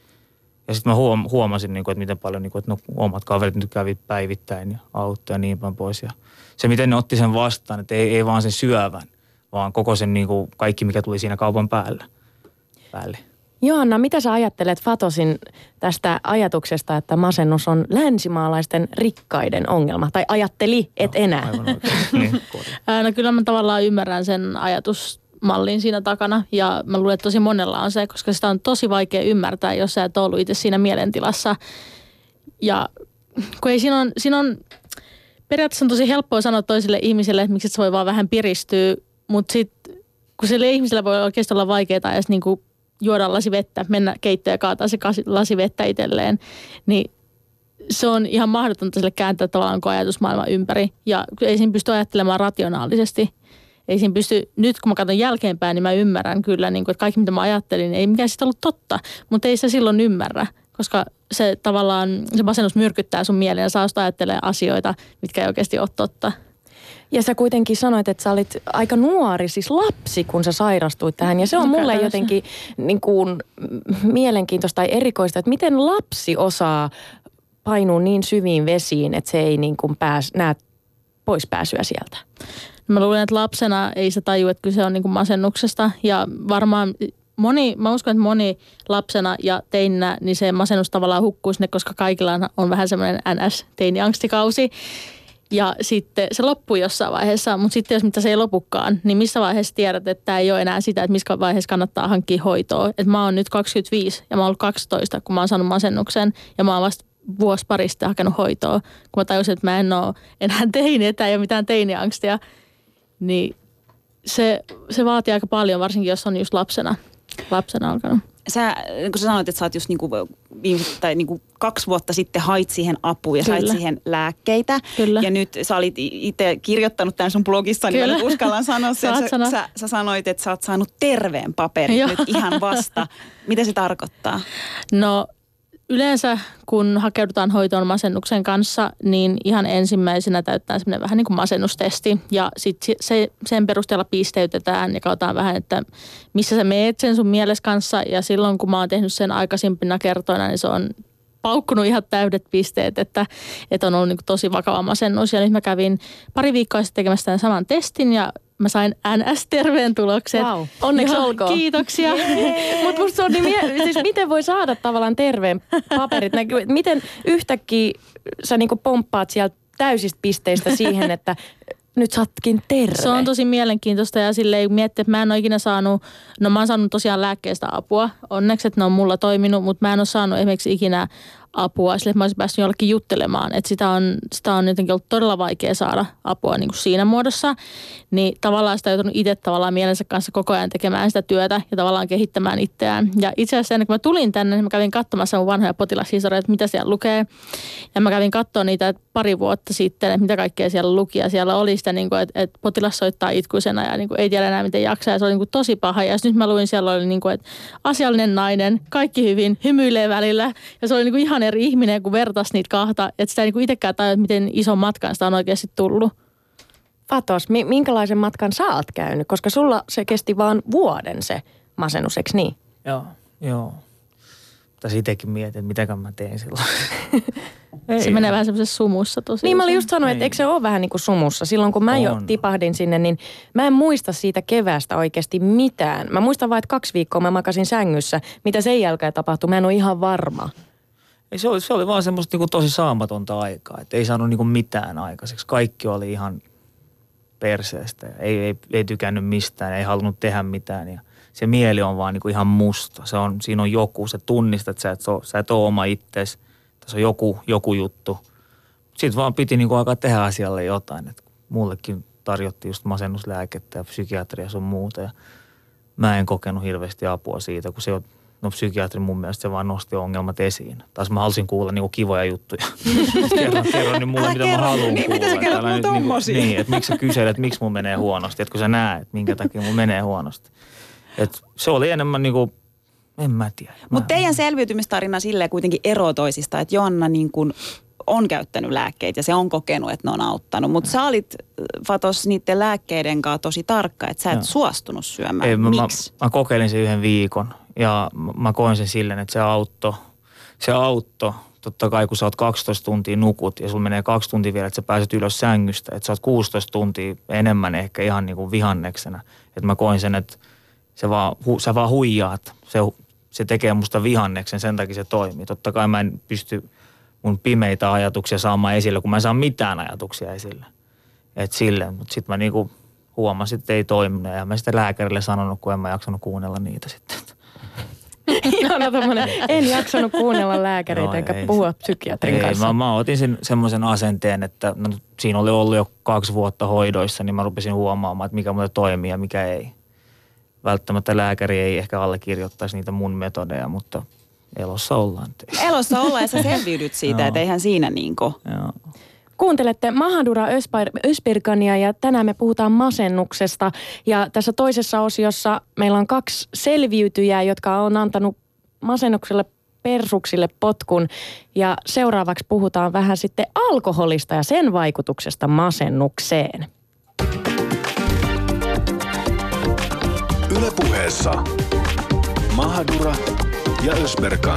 G: Ja sitten mä huom, huomasin, niin kuin, että miten paljon, niin kuin, että no, omat kaverit nyt kävi päivittäin ja auttoi ja niin päin pois. Ja se, miten ne otti sen vastaan, että ei, ei vaan sen syövän, vaan koko sen niin kuin, kaikki, mikä tuli siinä kaupan päällä. päälle.
C: Johanna, mitä sä ajattelet Fatosin tästä ajatuksesta, että masennus on länsimaalaisten rikkaiden ongelma? Tai ajatteli, et no, enää.
G: Aivan oikein. Niin,
F: no kyllä mä tavallaan ymmärrän sen ajatusmallin siinä takana. Ja mä luulen, että tosi monella on se, koska sitä on tosi vaikea ymmärtää, jos sä et ollut itse siinä mielentilassa. Ja kun ei siinä on, siinä on periaatteessa on tosi helppoa sanoa toiselle ihmiselle, että miksi se voi vaan vähän piristyä. Mutta sitten kun sille ihmiselle voi oikeasti olla vaikeaa edes niinku juoda lasi vettä, mennä keittoon ja kaataa se lasi vettä itselleen, niin se on ihan mahdotonta sille kääntää tavallaan kuin ajatusmaailma ympäri. Ja ei siinä pysty ajattelemaan rationaalisesti. Ei siinä pysty, nyt kun mä katson jälkeenpäin, niin mä ymmärrän kyllä, niin kuin, että kaikki mitä mä ajattelin, ei mikään siitä ollut totta. Mutta ei se silloin ymmärrä, koska se tavallaan, se masennus myrkyttää sun mielen ja saa sitä ajattelee asioita, mitkä ei oikeasti ole totta.
C: Ja sä kuitenkin sanoit, että sä olit aika nuori, siis lapsi, kun sä sairastuit tähän. Ja se on mulle jotenkin niin kuin mielenkiintoista tai erikoista, että miten lapsi osaa painua niin syviin vesiin, että se ei niin kuin pääs, näe pois pääsyä sieltä.
F: Mä luulen, että lapsena ei se taju, että kyse on niin kuin masennuksesta. Ja varmaan moni, mä uskon, että moni lapsena ja teininä, niin se masennus tavallaan hukkuu sinne, koska kaikilla on vähän semmoinen N S-teini-angstikausi. Ja sitten se loppuu jossain vaiheessa, mutta sitten jos mitä se ei lopukaan, niin missä vaiheessa tiedät, että tämä ei ole enää sitä, että missä vaiheessa kannattaa hankkia hoitoa. Että mä oon nyt kaksikymmentäviisi ja mä oon ollut kaksitoista, kun mä oon saanut masennuksen ja mä oon vasta vuosi parista hakenut hoitoa, kun mä tajusin, että mä en ole enää teini, että ei ole mitään teiniangstia, niin se, se vaatii aika paljon, varsinkin jos on just lapsena, lapsena alkanut.
E: Sä, kun sä sanoit, että sä oot just niinku, viimeiset, tai niinku kaksi vuotta sitten hait siihen apua ja Kyllä. sait siihen lääkkeitä.
F: Kyllä.
E: Ja nyt sä olit itse kirjoittanut tämän sun blogissa, niin mä uskallan sanoa sen, että sä, sä, sä sanoit, että sä oot saanut terveen paperin Joo. nyt ihan vasta. Mitä se tarkoittaa? No yleensä kun hakeudutaan hoitoon masennuksen kanssa, niin ihan ensimmäisenä täyttää semmoinen vähän niin kuin masennustesti. Ja sitten se, sen perusteella pisteytetään ja katsotaan vähän, että missä sä meet sen sun mielessä kanssa. Ja silloin kun mä oon tehnyt sen aikaisimpina kertoina, niin se on paukkunut ihan täydet pisteet, että, että on ollut niin kuin tosi vakava masennus. Ja nyt mä kävin pari viikkoa sitten tekemässä tämän saman testin ja mä sain N S-terveen tulokset.
C: Wow. Onneksi
F: Joo,
C: olkoon.
F: Kiitoksia.
C: Mutta musta se on niin, mie- siis miten voi saada tavallaan terveen paperit? Miten yhtäkkiä sä niinku pomppaat sieltä täysistä pisteistä siihen, että nyt sä ootkin terve?
F: Se on tosi mielenkiintoista ja silleen miettii, että mä en ole ikinä saanut, no mä oon saanut tosiaan lääkkeestä apua. Onneksi, että ne on mulla toiminut, mutta mä en ole saanut esimerkiksi ikinä apua, sille että mä olisin päässyt jollekin juttelemaan. Että sitä on, sitä on jotenkin ollut todella vaikea saada apua niin kuin siinä muodossa. Niin tavallaan sitä on joutunut itse tavallaan mielensä kanssa koko ajan tekemään sitä työtä ja tavallaan kehittämään itseään. Ja itse asiassa ennen kuin mä tulin tänne, niin mä kävin katsomassa mun vanhoja potilashistorioita, että mitä siellä lukee. Ja mä kävin katsoa niitä pari vuotta sitten, että mitä kaikkea siellä luki. Ja siellä oli sitä, niin kuin, että, että potilas soittaa itkuisena ja niin kuin, ei tiedä enää miten jaksaa. Ja se oli niin kuin, tosi paha. Ja nyt mä luin, siellä oli niin kuin, että asiallinen nainen, kaikki hyvin, hymyilee välillä. Ja se oli niin kuin, ihan eri ihminen, kun vertaisi niitä kahta. Että sitä ei niin kuin itsekään tajua, miten ison matkan sitä on oikeasti tullut.
C: Fatos, minkälaisen matkan sä oot käynyt? Koska sulla se kesti vaan vuoden se masennus, eikö niin?
G: Joo, joo. Mutta itsekin mietin, että mitäkään mä teen silloin.
F: Se menee vähän semmoisessa sumussa tosiaan.
C: Niin mä olin just sanonut, että eikö se ole vähän niin kuin sumussa. Silloin kun mä on. jo tipahdin sinne, niin mä en muista siitä keväästä oikeasti mitään. Mä muistan vaan, että kaksi viikkoa mä makasin sängyssä. Mitä sen jälkeen tapahtui, mä en ole ihan varma.
G: Ei, se, oli, se oli vaan semmoista niinku tosi saamatonta aikaa, että ei saanut niinku mitään aikaiseksi. Kaikki oli ihan perseestä ja ei, ei, ei tykännyt mistään, ei halunnut tehdä mitään ja se mieli on vaan niinku ihan musta. Se on, siinä on joku, sä tunnistat, että sä et, so, sä et ole oma itsesi, tässä on joku, joku juttu. Sitten vaan piti niinku alkaa tehdä asialle jotain, että mullekin tarjottiin just masennuslääkettä ja psykiatria sun muuta ja mä en kokenut hirveästi apua siitä, kun se on no psykiatri mun mielestä se vaan nosti ongelmat esiin. Taas mä halusin kuulla niinku kivoja juttuja. kerron, kerron niin mulle, mitä kerro, mä haluan niin, kuulla. Mitä sä kerrot mun tommosia? Niin, että miksi sä kyselet, että miksi mun menee huonosti. Että kun sä näet, minkä takia mun menee huonosti. Et se oli enemmän niinku, en mä tiedä.
E: Mutta teidän selviytymistarina silleen kuitenkin ero toisista, että Joanna niin kuin on käyttänyt lääkkeitä ja se on kokenut, että ne on auttanut. Mutta sä olit, Fatos, niiden lääkkeiden kanssa tosi tarkka, että sä et Joo. suostunut syömään.
G: Ei,
E: miksi?
G: Mä, mä kokeilin sen yhden viikon ja mä koin sen silleen, että se auttoi. Se auttoi. Totta kai, kun sä oot kaksitoista tuntia nukut ja sulla menee kaksi tuntia vielä, että sä pääset ylös sängystä. Että sä oot kuusitoista tuntia enemmän ehkä ihan niin kuin vihanneksena. Että mä koin sen, että se vaan, hu, sä vaan huijaat. Se, se tekee musta vihanneksen, sen takia se toimii. Totta kai mä en pysty mun pimeitä ajatuksia saamaan esille, kun mä en saa mitään ajatuksia esille. Että silleen, mutta sitten mä niinku huomasin, että ei toiminut. Ja mä sitten lääkärille sanonut, kun en mä jaksanut kuunnella niitä sitten.
C: Ihana tommonen, en jaksanut kuunnella lääkäreitä no, eikä ei, puhua psykiatrin
G: ei,
C: kanssa.
G: Mä, mä otin sen, semmoisen asenteen, että no, siinä oli ollut jo kaksi vuotta hoidoissa, niin mä rupesin huomaamaan, että mikä mulle toimii ja mikä ei. Välttämättä lääkäri ei ehkä allekirjoittaisi niitä mun metodeja, mutta elossa ollaan.
E: Elossa ollaan ja sä selviydyt siitä, että eihän siinä niinku.
G: Joo.
C: Kuuntelette Mahadura Özbergania ja tänään me puhutaan masennuksesta. Ja tässä toisessa osiossa meillä on kaksi selviytyjää, jotka on antanut masennukselle persuksille potkun. Ja seuraavaksi puhutaan vähän sitten alkoholista ja sen vaikutuksesta masennukseen.
B: Yle Puheessa Mahadura ja Özbergan.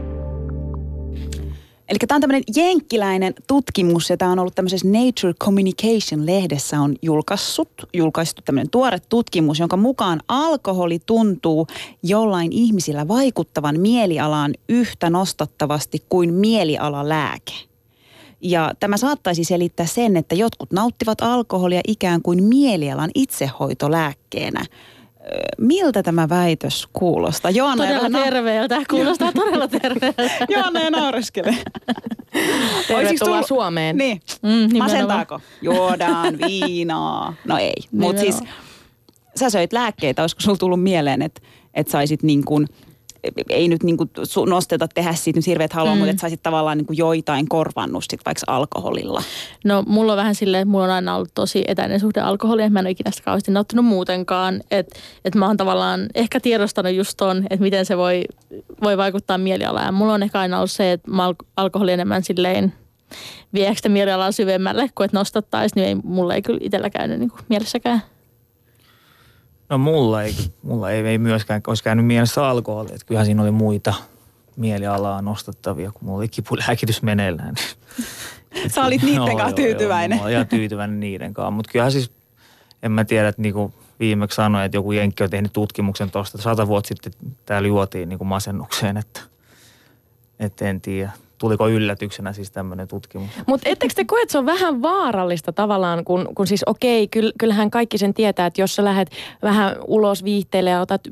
E: Eli tämä on tämmöinen jenkkiläinen tutkimus, ja tämä on ollut tämmöisessä Nature Communication-lehdessä on julkaissut, julkaistu tämmöinen tuore tutkimus, jonka mukaan alkoholi tuntuu jollain ihmisillä vaikuttavan mielialaan yhtä nostattavasti kuin mielialalääke. Ja tämä saattaisi selittää sen, että jotkut nauttivat alkoholia ikään kuin mielialan itsehoitolääkkeenä. miltä tämä väitös kuulostaa? Joanna
F: todella
E: vähän...
F: terveeltä. Kuulostaa todella terveeltä.
E: Joanna ei naureskele.
C: Tervetuloa tullut... Suomeen.
E: Niin. Mm, masentaako? Juodaan viinaa. No ei. Mutta siis sä söit lääkkeitä. Olisiko sulla tullut mieleen, että et saisit niin kuin, ei nyt niin kuin nosteta tehdä siitä nyt hirveät halua, mm. mutta että saisit tavallaan niin kuin joitain korvannut sit vaikka alkoholilla?
F: No mulla on vähän silleen, että mulla on aina ollut tosi etäinen suhde alkoholiin. Mä en ole ikinä sitä kauheasti nauttinut muutenkaan. Että et mä oon tavallaan ehkä tiedostanut just ton, että miten se voi, voi vaikuttaa mielialaan. Mulla on ehkä aina ollut se, että mä alkoholi enemmän silleen viekö sitä mielialaa syvemmälle, kun et nostattaisi, niin ei, mulla ei kyllä itsellä käynyt niin kuin mielessäkään.
G: No mulla ei, mulla ei, ei myöskään olisi käynyt mielessä alkoholi. Että kyllähän siinä oli muita mielialaa nostattavia, kun mulla oli kipulääkitys meneillään.
E: Sä olit niiden kanssa no, tyytyväinen.
G: Joo, mä olin ihan tyytyväinen niiden kanssa. Mutta kyllähän siis, en mä tiedä, että niinku viimeksi sanoin, että joku jenkki on tehnyt tutkimuksen tuosta. Sata vuotta sitten täällä juotiin niinku masennukseen, että, että en tiedä. Tuliko yllätyksenä siis tämmöinen tutkimus?
C: Mutta ettekö te koe, että se on vähän vaarallista tavallaan, kun, kun siis okei, kyllähän kaikki sen tietää, että jos sä lähdet vähän ulos viihteelle ja otat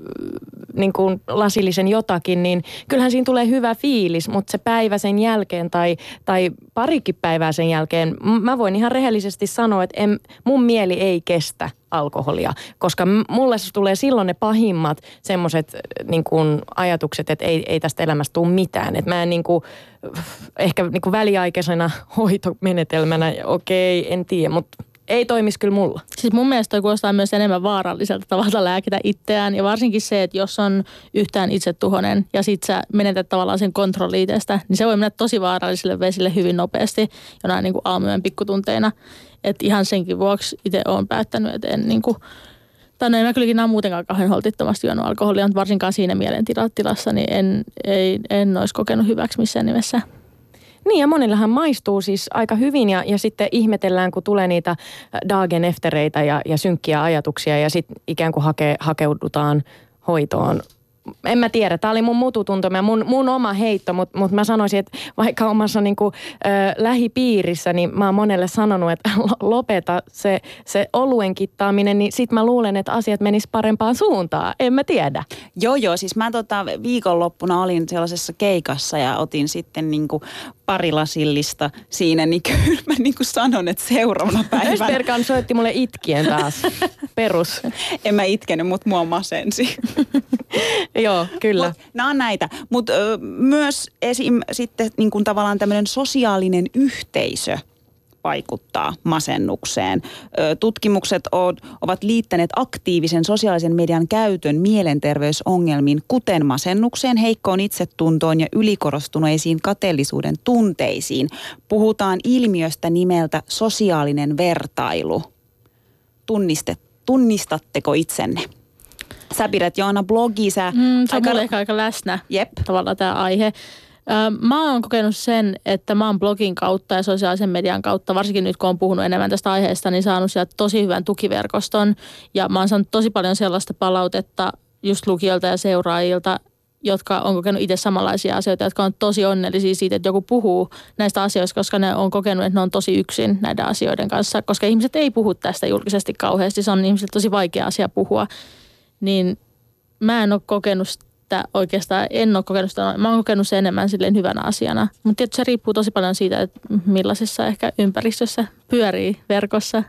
C: niin kuin lasillisen jotakin, niin kyllähän siinä tulee hyvä fiilis, mutta se päivä sen jälkeen tai, tai parikin päivää sen jälkeen, mä voin ihan rehellisesti sanoa, että en, mun mieli ei kestä alkoholia, koska mulle tulee silloin ne pahimmat semmoiset niin kuin ajatukset, että ei, ei tästä elämästä tule mitään. Että mä en niin kuin, ehkä niin kuin väliaikaisena hoitomenetelmänä, okei, en tiedä, mutta ei toimisi kyllä mulla.
F: Siis mun mielestä toi kuulostaa myös enemmän vaaralliselta tavalla lääkitä itseään. Ja varsinkin se, että jos on yhtään itsetuhoinen ja sit sä menetät tavallaan sen kontrolli itsestä, niin se voi mennä tosi vaarallisille vesille hyvin nopeasti jonain niin kuin aamuyön pikkutunteina. Että ihan senkin vuoksi itse olen päättänyt, että en niin kuin, tai no en mä kylläkin muutenkaan kauhean holtittomasti juonut alkoholia, mutta varsinkaan siinä mielentilassa, niin en, ei, en olisi kokenut hyväksi missään nimessä.
C: Niin ja monillahan maistuu siis aika hyvin ja, ja sitten ihmetellään, kun tulee niitä dagen eftereitä ja, ja synkkiä ajatuksia ja sitten ikään kuin hake, hakeudutaan hoitoon. En mä tiedä, tää oli mun mututuntuma ja mun, mun oma heitto, mutta mut mä sanoisin, että vaikka omassa niinku, ö, lähipiirissä, niin mä oon monelle sanonut, että lopeta se, se oluen kittaaminen, niin sit mä luulen, että asiat menis parempaan suuntaan. En mä tiedä.
E: Joo, joo. Siis mä tota, viikonloppuna olin sellaisessa keikassa ja otin sitten niinku pari lasillista siinä, niin kyllä mä niinku sanon, että seuraavana päivänä.
C: Ösberkan soitti mulle itkien taas. Perus.
E: En mä itkenyt, mutta mua masensi.
C: Joo, kyllä.
E: Mut, nämä on näitä, mutta myös esim. Sitten niin kuin tavallaan tämmöinen sosiaalinen yhteisö vaikuttaa masennukseen. Ö, tutkimukset on, ovat liittäneet aktiivisen sosiaalisen median käytön mielenterveysongelmiin, kuten masennukseen, heikkoon itsetuntoon ja ylikorostuneisiin kateellisuuden tunteisiin. Puhutaan ilmiöstä nimeltä sosiaalinen vertailu. Tunniste, tunnistatteko itsenne? Sä pidät Joanna blogi, sä...
F: Mm, se on aika... mulle ehkä aika läsnä. Jep. Tavallaan tämä aihe. Mä oon kokenut sen, että mä oon blogin kautta ja sosiaalisen median kautta, varsinkin nyt kun oon puhunut enemmän tästä aiheesta, niin saanut sieltä tosi hyvän tukiverkoston. Ja mä oon saanut tosi paljon sellaista palautetta just lukijoilta ja seuraajilta, jotka on kokenut itse samanlaisia asioita, jotka on tosi onnellisia siitä, että joku puhuu näistä asioista, koska ne on kokenut, että ne on tosi yksin näiden asioiden kanssa. Koska ihmiset ei puhu tästä julkisesti kauheasti, se on ihmisille tosi vaikea asia puhua. Niin mä en ole kokenut sitä oikeastaan, en ole kokenut sitä, mä oon kokenut sen enemmän silleen hyvänä asiana. Mutta tietysti se riippuu tosi paljon siitä, että millaisessa ehkä ympäristössä pyörii verkossa.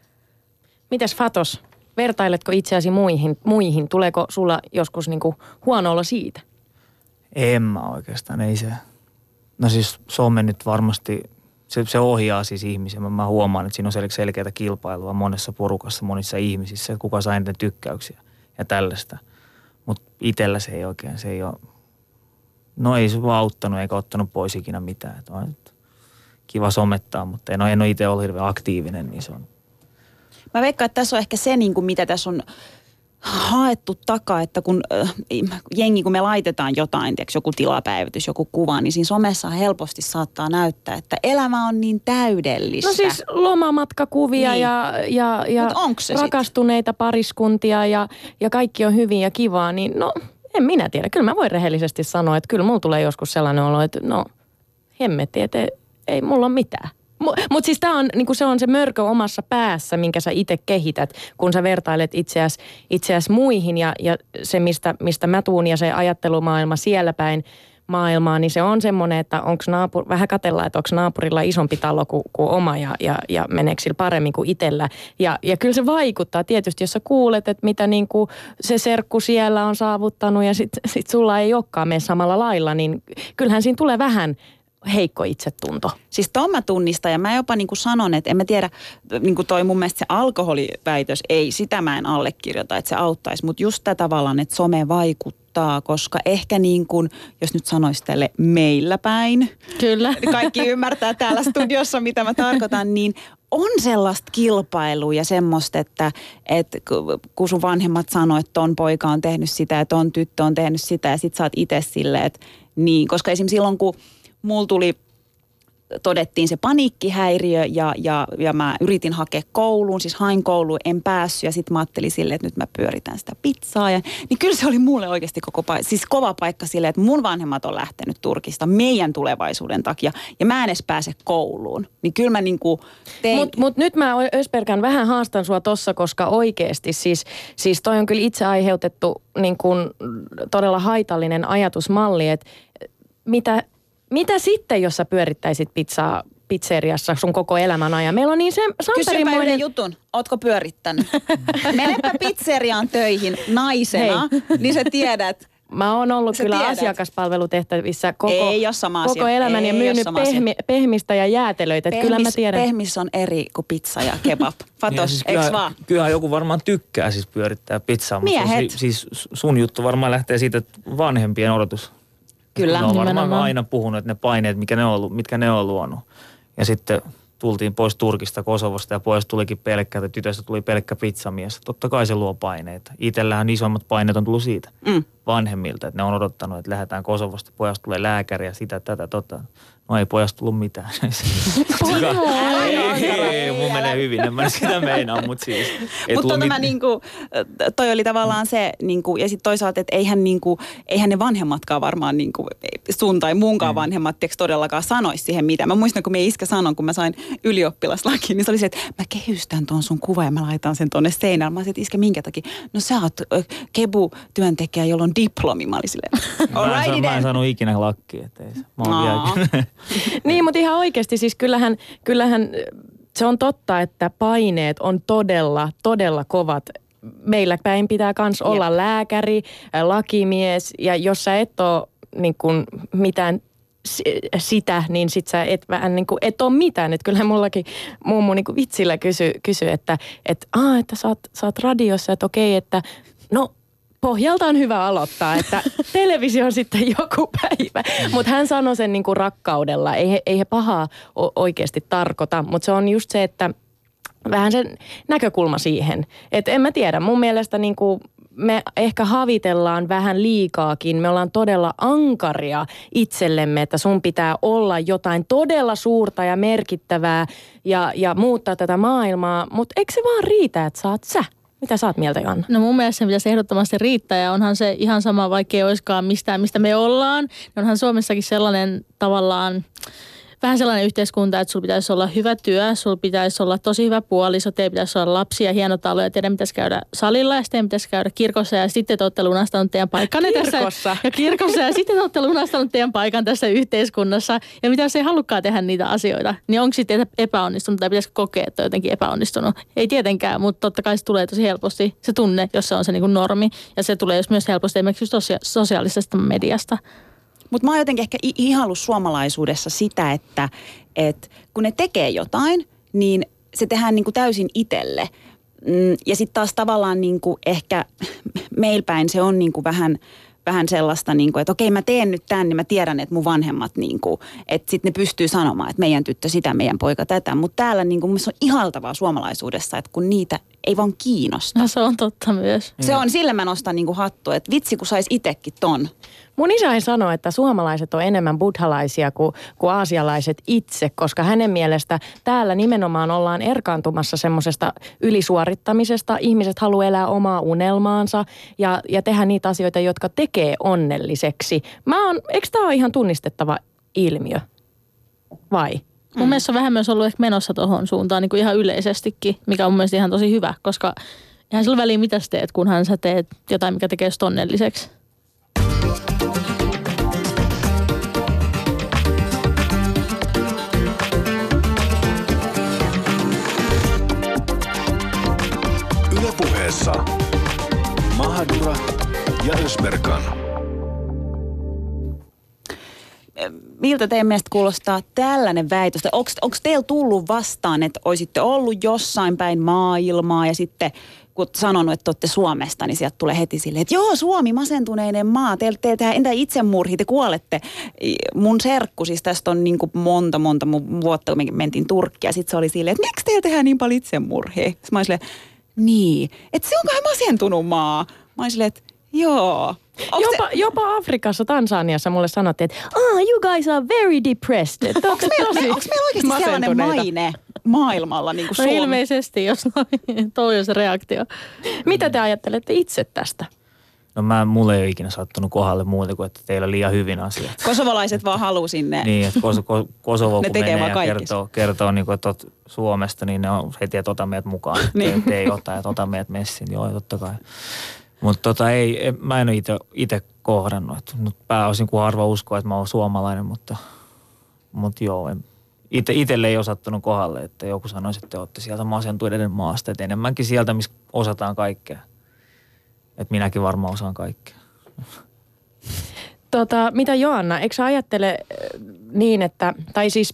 C: Mitäs Fatos, vertailetko itseäsi muihin? muihin? Tuleeko sulla joskus niinku huono olo siitä?
G: En mä oikeastaan, ei se. No siis some nyt varmasti, se, se ohjaa siis ihmisiä. Mä, mä huomaan, että siinä on selkeää kilpailua monessa porukassa, monissa ihmisissä, että kuka saa eniten tykkäyksiä ja tällaista. Mutta itsellä se ei oikein, se ei ole, no ei se ole auttanut eikä ottanut pois ikinä mitään. Et on kiva somettaa, mutta en ole, en ole itse ollut hirveän aktiivinen, niin se on.
E: Mä veikkaan, että tässä on ehkä se, niin kuin mitä tässä on haettu takaa, että kun äh, jengi, kun me laitetaan jotain, tiiäks, joku tilapäivitys, joku kuva, niin siinä somessa helposti saattaa näyttää, että elämä on niin täydellistä.
C: No siis lomamatkakuvia niin. ja, ja, ja rakastuneita sit? pariskuntia ja, ja kaikki on hyvin ja kivaa, niin no en minä tiedä. Kyllä mä voin rehellisesti sanoa, että kyllä mulla tulee joskus sellainen olo, että no hemmetti, että ei, ei mulla ole mitään. Mutta mut siis tämä on, niinku se on se mörkö omassa päässä, minkä sä itse kehität, kun sä vertailet itseäsi itseäsi muihin ja, ja se, mistä, mistä mä tuun ja se ajattelumaailma siellä päin maailmaa, niin se on semmoinen, että onko naapur, vähän katsellaan, että onko naapurilla isompi talo kuin, kuin oma ja, ja, ja meneekö sillä paremmin kuin itsellä. Ja, ja kyllä se vaikuttaa tietysti, jos sä kuulet, että mitä niin kuin se serkku siellä on saavuttanut ja sitten sit sulla ei olekaan mene samalla lailla, niin kyllähän siinä tulee vähän heikko itsetunto.
E: Siis ton mä tunnistan ja mä jopa niin kuin sanon, että en mä tiedä, niin kuin toi mun mielestä se alkoholiväitös, ei, sitä mä en allekirjoita, että se auttaisi, mutta just tätä tavallaan, että some vaikuttaa, koska ehkä niin kuin, jos nyt sanoisi tälle meillä päin,
F: Kyllä.
E: kaikki ymmärtää täällä studiossa, mitä mä tarkoitan, niin on sellaista kilpailua ja semmoista, että, että kun sun vanhemmat sanoo, että ton poika on tehnyt sitä ja ton tyttö on tehnyt sitä ja sit sä oot itse silleen, että niin, koska esimerkiksi silloin, kun mulla tuli, todettiin se paniikkihäiriö ja, ja, ja mä yritin hakea kouluun, siis hain kouluun, en päässyt ja sitten mä ajattelin silleen, että nyt mä pyöritän sitä pizzaa. Ja, niin kyllä se oli mulle oikeasti koko paikka, siis kova paikka silleen, että mun vanhemmat on lähtenyt Turkista meidän tulevaisuuden takia ja mä en edes pääse kouluun. Niin kyllä mä niinku tein.
C: Mutta mut nyt mä Ösberkan vähän haastan sua tossa, koska oikeasti siis, siis toi on kyllä itse aiheutettu niin kun todella haitallinen ajatusmalli, että mitä... Mitä sitten, jos sä pyörittäisit pizzaa pizzeriassa sun koko elämän ajan? Meillä on niin se
E: Kysynpä yhden jutun. Ootko pyörittänyt? Menepä pizzeriaan töihin naisena, Hei. niin sä tiedät.
C: Mä oon ollut
E: sä
C: kyllä
E: tiedät.
C: asiakaspalvelutehtävissä koko,
E: Ei ole sama
C: koko
E: asia.
C: elämän
E: Ei
C: ja myynyt pehmi, pehmistä ja jäätelöitä.
E: Pehmis,
C: kyllä mä tiedän.
E: Pehmis on eri kuin pizza ja kebab. Fatos,
G: ja siis
E: eiks
G: kyllähän,
E: vaan?
G: Kyllähän joku varmaan tykkää siis pyörittää pizzaa.
E: Miehet.
G: Mutta siis sun juttu varmaan lähtee siitä, että vanhempien odotus.
E: Kyllä.
G: Ne on varmaan
F: Nimenomaan.
G: aina puhunut, että ne paineet, mitkä ne on, mitkä ne on luonut. Ja sitten tultiin pois Turkista, Kosovosta ja pois tulikin pelkkä, että tytöstä tuli pelkkä pizzamies. Totta kai se luo paineita. Itsellähän isommat paineet on tullut siitä
E: Mm.
G: vanhemmilta, että ne on odottanut, että lähdetään Kosovosta, pojasta tulee lääkäri ja sitä, tätä, tota. No ei pojasta tullut mitään. ei, ei, mun menee hyvin, en mä sitä meinaa, mutta siis.
E: Mutta tota mä niinku, toi oli tavallaan se, niinku, ja sitten toisaalta, että eihän, niinku, eihän ne vanhemmatkaan varmaan niinku, sun tai munkaan mm. vanhemmat tiiäks, todellakaan sanoisi siihen mitään. Mä muistan, kun me iskä sanoi, kun mä sain ylioppilaslakiin, niin se oli se, että mä kehystän ton sun kuvan ja mä laitan sen tonne seinään. Mä olisin, että iskä, minkä takia? No sä oot äh, kebu-työntekijä, jolla on diplomi. Mä olin silleen,
G: mä, en, mä en saanut ikinä lakkiin, että ei se. Mä oon vielä.
C: Niin, mutta ihan oikeasti siis kyllähän, kyllähän se on totta, että paineet on todella, todella kovat. Meillä päin pitää kans Jep. olla lääkäri, lakimies ja jos sä et ole niin kuin mitään sitä, niin sit sä et vähän niin kuin, et ole mitään. Että kyllähän mullakin mummu niin kuin vitsillä kysy, kysy, että, että, aa, että sä oot, sä oot radiossa, että okei, että no pohjalta on hyvä aloittaa, että televisio on sitten joku päivä. Mutta hän sanoi sen niinku rakkaudella. Ei he, ei he pahaa oikeasti tarkoita, mutta se on just se, että vähän sen näkökulma siihen. Että en mä tiedä, mun mielestä niinku me ehkä havitellaan vähän liikaakin. Me ollaan todella ankaria itsellemme, että sun pitää olla jotain todella suurta ja merkittävää ja, ja muuttaa tätä maailmaa. Mutta eikö se vaan riitä, että sä oot sä? Mitä sä oot mieltä, Joanna?
F: No mun mielestä se pitäisi ehdottomasti riittää ja onhan se ihan sama, vaikka ei olisikaan mistään, mistä me ollaan. Onhan Suomessakin sellainen tavallaan, vähän sellainen yhteiskunta, että sulla pitäisi olla hyvä työ, sulla pitäisi olla tosi hyvä puoliso, teidän pitäisi olla lapsia, hieno talo ja teidän pitäisi käydä salilla ja sitten pitäisi käydä kirkossa ja sitten te olette lunastanut teidän paikkanne
C: kirkossa.
F: tässä. Ja kirkossa ja sitten te olette lunastanut teidän paikan tässä yhteiskunnassa. Ja mitä jos ei halukkaan tehdä niitä asioita, niin onko sitten epäonnistunut tai pitäisikö kokea, että on jotenkin epäonnistunut? Ei tietenkään, mutta totta kai se tulee tosi helposti se tunne, jos se on se niin kuin normi. Ja se tulee myös helposti esimerkiksi sosia- sosiaalisesta mediasta.
E: Mutta mä oon jotenkin ehkä ihaillut suomalaisuudessa sitä, että, että kun ne tekee jotain, niin se tehdään niin kuin täysin itselle. Ja sitten taas tavallaan niin kuin ehkä meillä päin se on niin kuin vähän, vähän sellaista, niin kuin, että okei mä teen nyt tämän, niin mä tiedän, että mun vanhemmat, niin kuin, että sitten ne pystyy sanomaan, että meidän tyttö sitä, meidän poika tätä. Mutta täällä niin kuin, mun mielestä on ihaltavaa suomalaisuudessa, että kun niitä ei vaan kiinnosta.
F: No se on totta myös.
E: Se on, sillä mä nostan niin kuin hattua, että vitsi kun sais itsekin ton.
C: Mun isäni sanoi, että suomalaiset on enemmän buddhalaisia kuin, kuin aasialaiset itse, koska hänen mielestä täällä nimenomaan ollaan erkaantumassa semmoisesta ylisuorittamisesta. Ihmiset haluaa elää omaa unelmaansa ja, ja tehdä niitä asioita, jotka tekee onnelliseksi. Mä oon, eikö tämä ole ihan tunnistettava ilmiö? Vai?
F: Mun mielestä on vähän myös ollut ehkä menossa tuohon suuntaan niin kuin ihan yleisestikin, mikä on mun mielestä ihan tosi hyvä, koska eihän sillä väliä mitä sä teet, kunhan sä teet jotain, mikä tekee sut onnelliseksi.
B: Yle Puheessa Mahadura ja Ösberkan.
E: Miltä teidän mielestä kuulostaa tällainen väitös? Onko teillä tullut vastaan, että olisitte ollut jossain päin maailmaa ja sitten kun sanonut, että olette Suomesta, niin sieltä tulee heti silleen, että joo, Suomi, masentuneinen maa, teillä te tehdään entä itsemurhi, te kuolette. Mun serkku, siis tästä on niin kuin monta, monta vuotta, kun me mentiin Turkkiin, ja sitten se oli silleen, että miksi teillä tehdään niin paljon itsemurhia? Sitten mä olin silleen, niin, että se onkohan masentunut maa? Mä olin silleen, että joo.
C: Jopa, se... jopa Afrikassa, Tansaniassa mulle sanottiin, että ah, you guys are very depressed. Onko
E: meillä, me, meillä oikeasti sellainen maine maailmalla niin kuin
F: no
E: Suomi?
F: Ilmeisesti, jos toi on se reaktio.
C: Mitä te ajattelette itse tästä?
G: No mä, mulle ei ole ikinä sattunut kohdalle muuta kuin, että teillä on liian hyvin asiat.
E: Kosovalaiset vaan haluaa sinne.
G: Niin, että Kos- Kos- Kosovo kun menee ja
E: kaikissa.
G: kertoo, kertoo niin kuin, että oot Suomesta, niin ne on heti, että ota meidät mukaan.
E: Niin.
G: Te ei ota, että ota meidät messiin. Joo, totta kai. Mutta tota, ei, mä en ole itse kohdannut. Et nyt pääosin kun harva uskoo, että mä oon suomalainen, mutta, mutta joo. Ite, itelle ei ole sattunut kohdalle, että joku sanoisi, että te olette sieltä masentuneiden maasta. Että enemmänkin sieltä, missä osataan kaikkea. Että minäkin varmaan osaan kaikkea.
C: Tota, mitä Joanna, eikö sä ajattele niin, että, tai siis,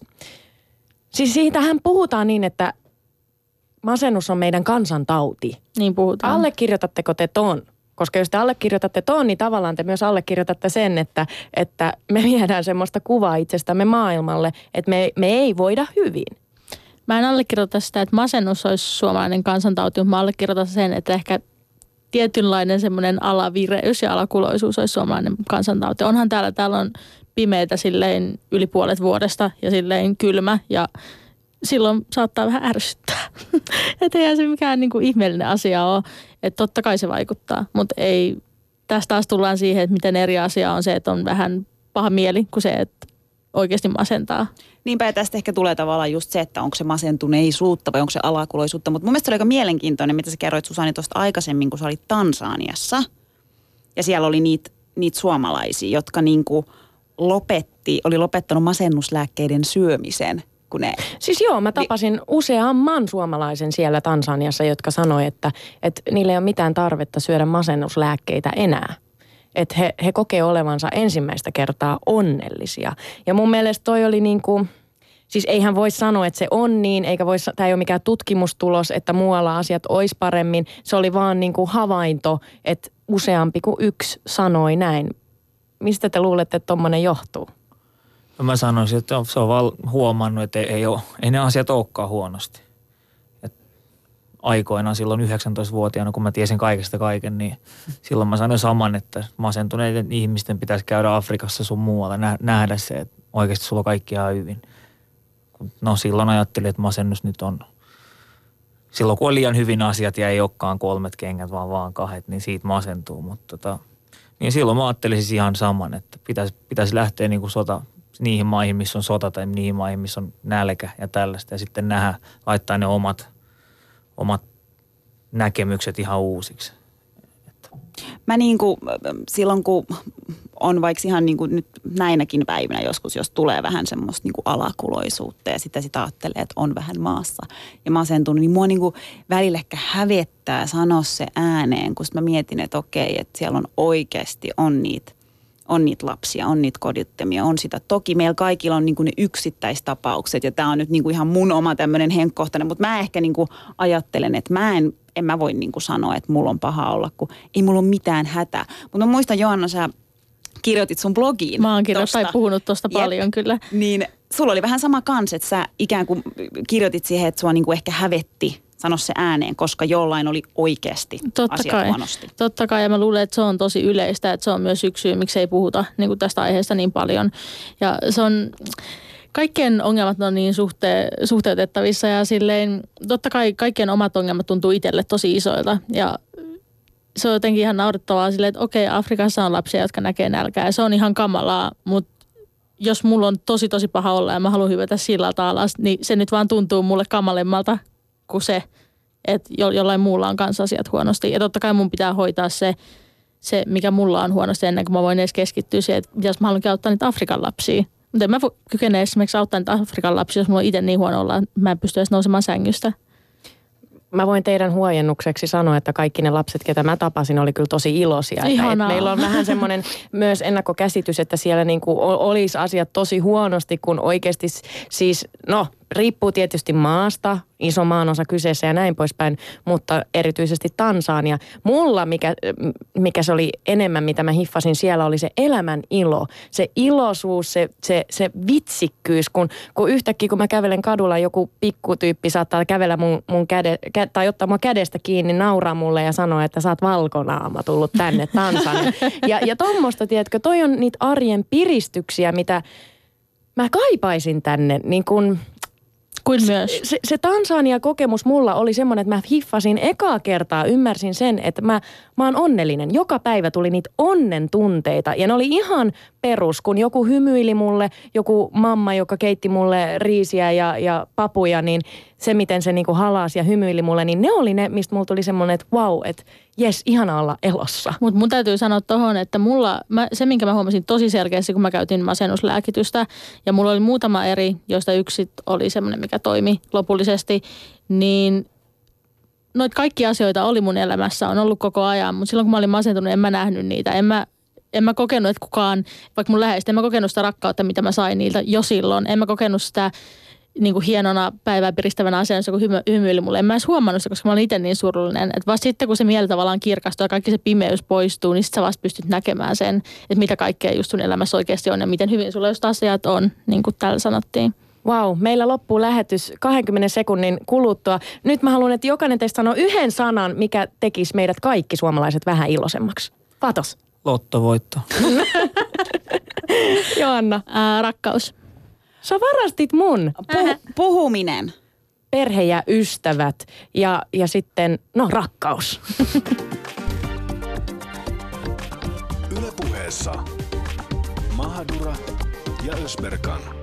C: siis siitähän puhutaan niin, että masennus on meidän kansantauti.
F: Niin puhutaan.
C: Allekirjoitatteko te ton? Koska jos te allekirjoitatte ton, niin tavallaan te myös allekirjoitatte sen, että, että me viedään semmoista kuvaa itsestämme maailmalle, että me, me ei voida hyvin.
F: Mä en allekirjoita sitä, että masennus olisi suomalainen kansantauti, mutta mä allekirjoitan sen, että ehkä tietynlainen semmoinen alavireys ja alakuloisuus olisi suomalainen kansantauti. Onhan täällä, täällä on pimeätä silleen yli puolet vuodesta ja silleen kylmä ja silloin saattaa vähän ärsyttää. Että eihän se mikään niin kuin ihmeellinen asia ole. Että totta kai se vaikuttaa, mutta ei, tästä taas tullaan siihen, että miten eri asia on se, että on vähän paha mieli kuin se, että oikeasti masentaa.
E: Niinpä ja tästä ehkä tulee tavallaan just se, että onko se masentuneisuutta vai onko se alakuloisuutta. Mutta mun mielestä se oli aika mielenkiintoinen, mitä sä kerroit Susani tuosta aikaisemmin, kun sä olit Tansaniassa. Ja siellä oli niitä niit suomalaisia, jotka niinku lopetti, oli lopettanut masennuslääkkeiden syömisen. Ne...
C: Siis joo, mä tapasin useamman suomalaisen siellä Tansaniassa, jotka sanoi, että, että niillä ei ole mitään tarvetta syödä masennuslääkkeitä enää. Että he, he kokee olevansa ensimmäistä kertaa onnellisia. Ja mun mielestä toi oli niin kuin, siis eihän voi sanoa, että se on niin, eikä voi, tämä ei ole mikään tutkimustulos, että muualla asiat olisi paremmin. Se oli vaan niin kuin havainto, että useampi kuin yksi sanoi näin. Mistä te luulette, että tommoinen johtuu?
G: Mä sanoisin, että se on vaan huomannut, että ei, ei, ole, ei ne asiat olekaan huonosti. Et aikoinaan silloin yhdeksäntoistavuotiaana, kun mä tiesin kaikesta kaiken, niin silloin mä sanoin saman, että masentuneiden ihmisten pitäisi käydä Afrikassa sun muualla, nähdä se, että oikeasti sulla on kaikki ihan hyvin. No silloin ajattelin, että masennus nyt on, silloin kun on liian hyvin asiat ja ei olekaan kolmet kengät, vaan vaan kahdet, niin siitä masentuu. Mutta tota, niin silloin mä ajattelin siis ihan saman, että pitäisi, pitäisi lähteä niin kuin sota, niihin maihin, missä on sota tai niihin maihin, missä on nälkä ja tällaista. Ja sitten nähdä, laittaa ne omat, omat näkemykset ihan uusiksi. Että.
E: Mä niin kuin, silloin kun on vaikka ihan niin kuin nyt näinäkin päivinä joskus, jos tulee vähän semmoista niin kuin alakuloisuutta ja sitä sitä ajattelee, että on vähän maassa ja masentunut, niin mua niin kuin välillä ehkä hävettää sanoa se ääneen, kun mä mietin, että okei, että siellä on oikeasti on niitä on niitä lapsia, on niitä kodittomia, on sitä. Toki meillä kaikilla on niinku ne yksittäistapaukset ja tämä on nyt niinku ihan mun oma tämmöinen henkkohtainen, mutta mä ehkä niinku ajattelen, että mä en, en mä voi niinku sanoa, että mulla on paha olla, kun ei mulla ole mitään hätää. Mutta mä muistan, Joanna, sä kirjoitit sun blogiin.
F: Mä oon kirjoittanut tai puhunut tuosta paljon kyllä.
E: Niin sulla oli vähän sama kans, että sä ikään kuin kirjoitit siihen, että sua niinku ehkä hävetti sano se ääneen, koska jollain oli oikeasti
F: totta
E: asiat
F: kai.
E: huonosti.
F: Totta kai, ja mä luulen, että se on tosi yleistä, että se on myös yksi syy, miksi ei puhuta niin kuin tästä aiheesta niin paljon. Ja se on, kaikkien ongelmat on niin suhte, suhteutettavissa ja silleen, totta kai kaikkien omat ongelmat tuntuu itselle tosi isoilta. Ja se on jotenkin ihan naurettavaa silleen, että okei, Afrikassa on lapsia, jotka näkee nälkää ja se on ihan kamalaa, mutta jos mulla on tosi tosi paha olla ja mä haluan hyvätä sillalta alas, niin se nyt vaan tuntuu mulle kamalemmalta kuin se, että jo, jollain muulla on kanssa asiat huonosti. Ja totta kai mun pitää hoitaa se, se, mikä mulla on huonosti ennen kuin mä voin edes keskittyä siihen, että jos mä haluankin auttaa niitä Afrikan lapsia. Mutta en mä kykene esimerkiksi auttaa niitä Afrikan lapsia, jos mulla on itse niin huono olla, että mä en pysty edes nousemaan sängystä.
C: Mä voin teidän huojennukseksi sanoa, että kaikki ne lapset, ketä mä tapasin, oli kyllä tosi iloisia. Että, että meillä on vähän semmoinen myös ennakkokäsitys, että siellä niinku olisi asiat tosi huonosti, kun oikeasti siis, no riippuu tietysti maasta, iso maanosa kyseessä ja näin poispäin, mutta erityisesti Tansania. Mulla, mikä, mikä se oli enemmän, mitä mä hiffasin siellä, oli se elämän ilo. Se iloisuus, se, se, se vitsikkyys, kun, kun yhtäkkiä kun mä kävelen kadulla, joku pikkutyyppi saattaa kävellä mun, mun käde, kä, tai ottaa mua kädestä kiinni, nauraa mulle ja sanoa, että sä oot valkonaama tullut tänne Tansaniaan. Ja, ja tommoista, tiedätkö, toi on niitä arjen piristyksiä, mitä mä kaipaisin tänne, niin kun
F: Kuin myös.
C: Se, se Tansania-kokemus mulla oli semmoinen, että mä hiffasin ekaa kertaa, ymmärsin sen, että mä, mä oon onnellinen. Joka päivä tuli niitä onnen tunteita ja ne oli ihan perus, kun joku hymyili mulle, joku mamma, joka keitti mulle riisiä ja, ja papuja, niin se miten se niinku halasi ja hymyili mulle, niin ne oli ne, mistä mulla tuli semmoinen, että vau, wow, että jes, ihana olla elossa.
F: Mutta mun täytyy sanoa tohon, että mulla, mä, se minkä mä huomasin tosi selkeästi, kun mä käytin masennuslääkitystä ja mulla oli muutama eri, joista yksi oli semmoinen, mikä toimi lopullisesti, niin noita kaikki asioita oli mun elämässä, on ollut koko ajan, mutta silloin kun mä olin masentunut, en mä nähnyt niitä, en mä En mä kokenut, että kukaan, vaikka mun läheistä, en mä kokenut sitä rakkautta, mitä mä sain niiltä jo silloin. En mä kokenut sitä niin kuin hienona päivää piristävänä asiana, kun hymy, hymyili mulle. En mä edes huomannut sitä, koska mä olin itse niin surullinen. Että vasta sitten, kun se mieli tavallaan kirkastuu ja kaikki se pimeys poistuu, niin sit sä vasta pystyt näkemään sen, että mitä kaikkea just sun elämässä oikeasti on ja miten hyvin sulla just asiat on, niin kuin täällä sanottiin.
C: Vau, meillä loppuu lähetys kahdenkymmenen sekunnin kuluttua. Nyt mä haluan, että jokainen teistä sanoo yhden sanan, mikä tekisi meidät kaikki suomalaiset vähän iloisemmaksi. Patos.
G: Lottovoitto.
C: Joanna.
F: Ää, rakkaus.
C: Sä varastit mun.
E: Puh- puhuminen.
C: Perhe ja ystävät ja, ja sitten, no rakkaus.
B: Yle Puheessa Mahadura ja Ösberkan.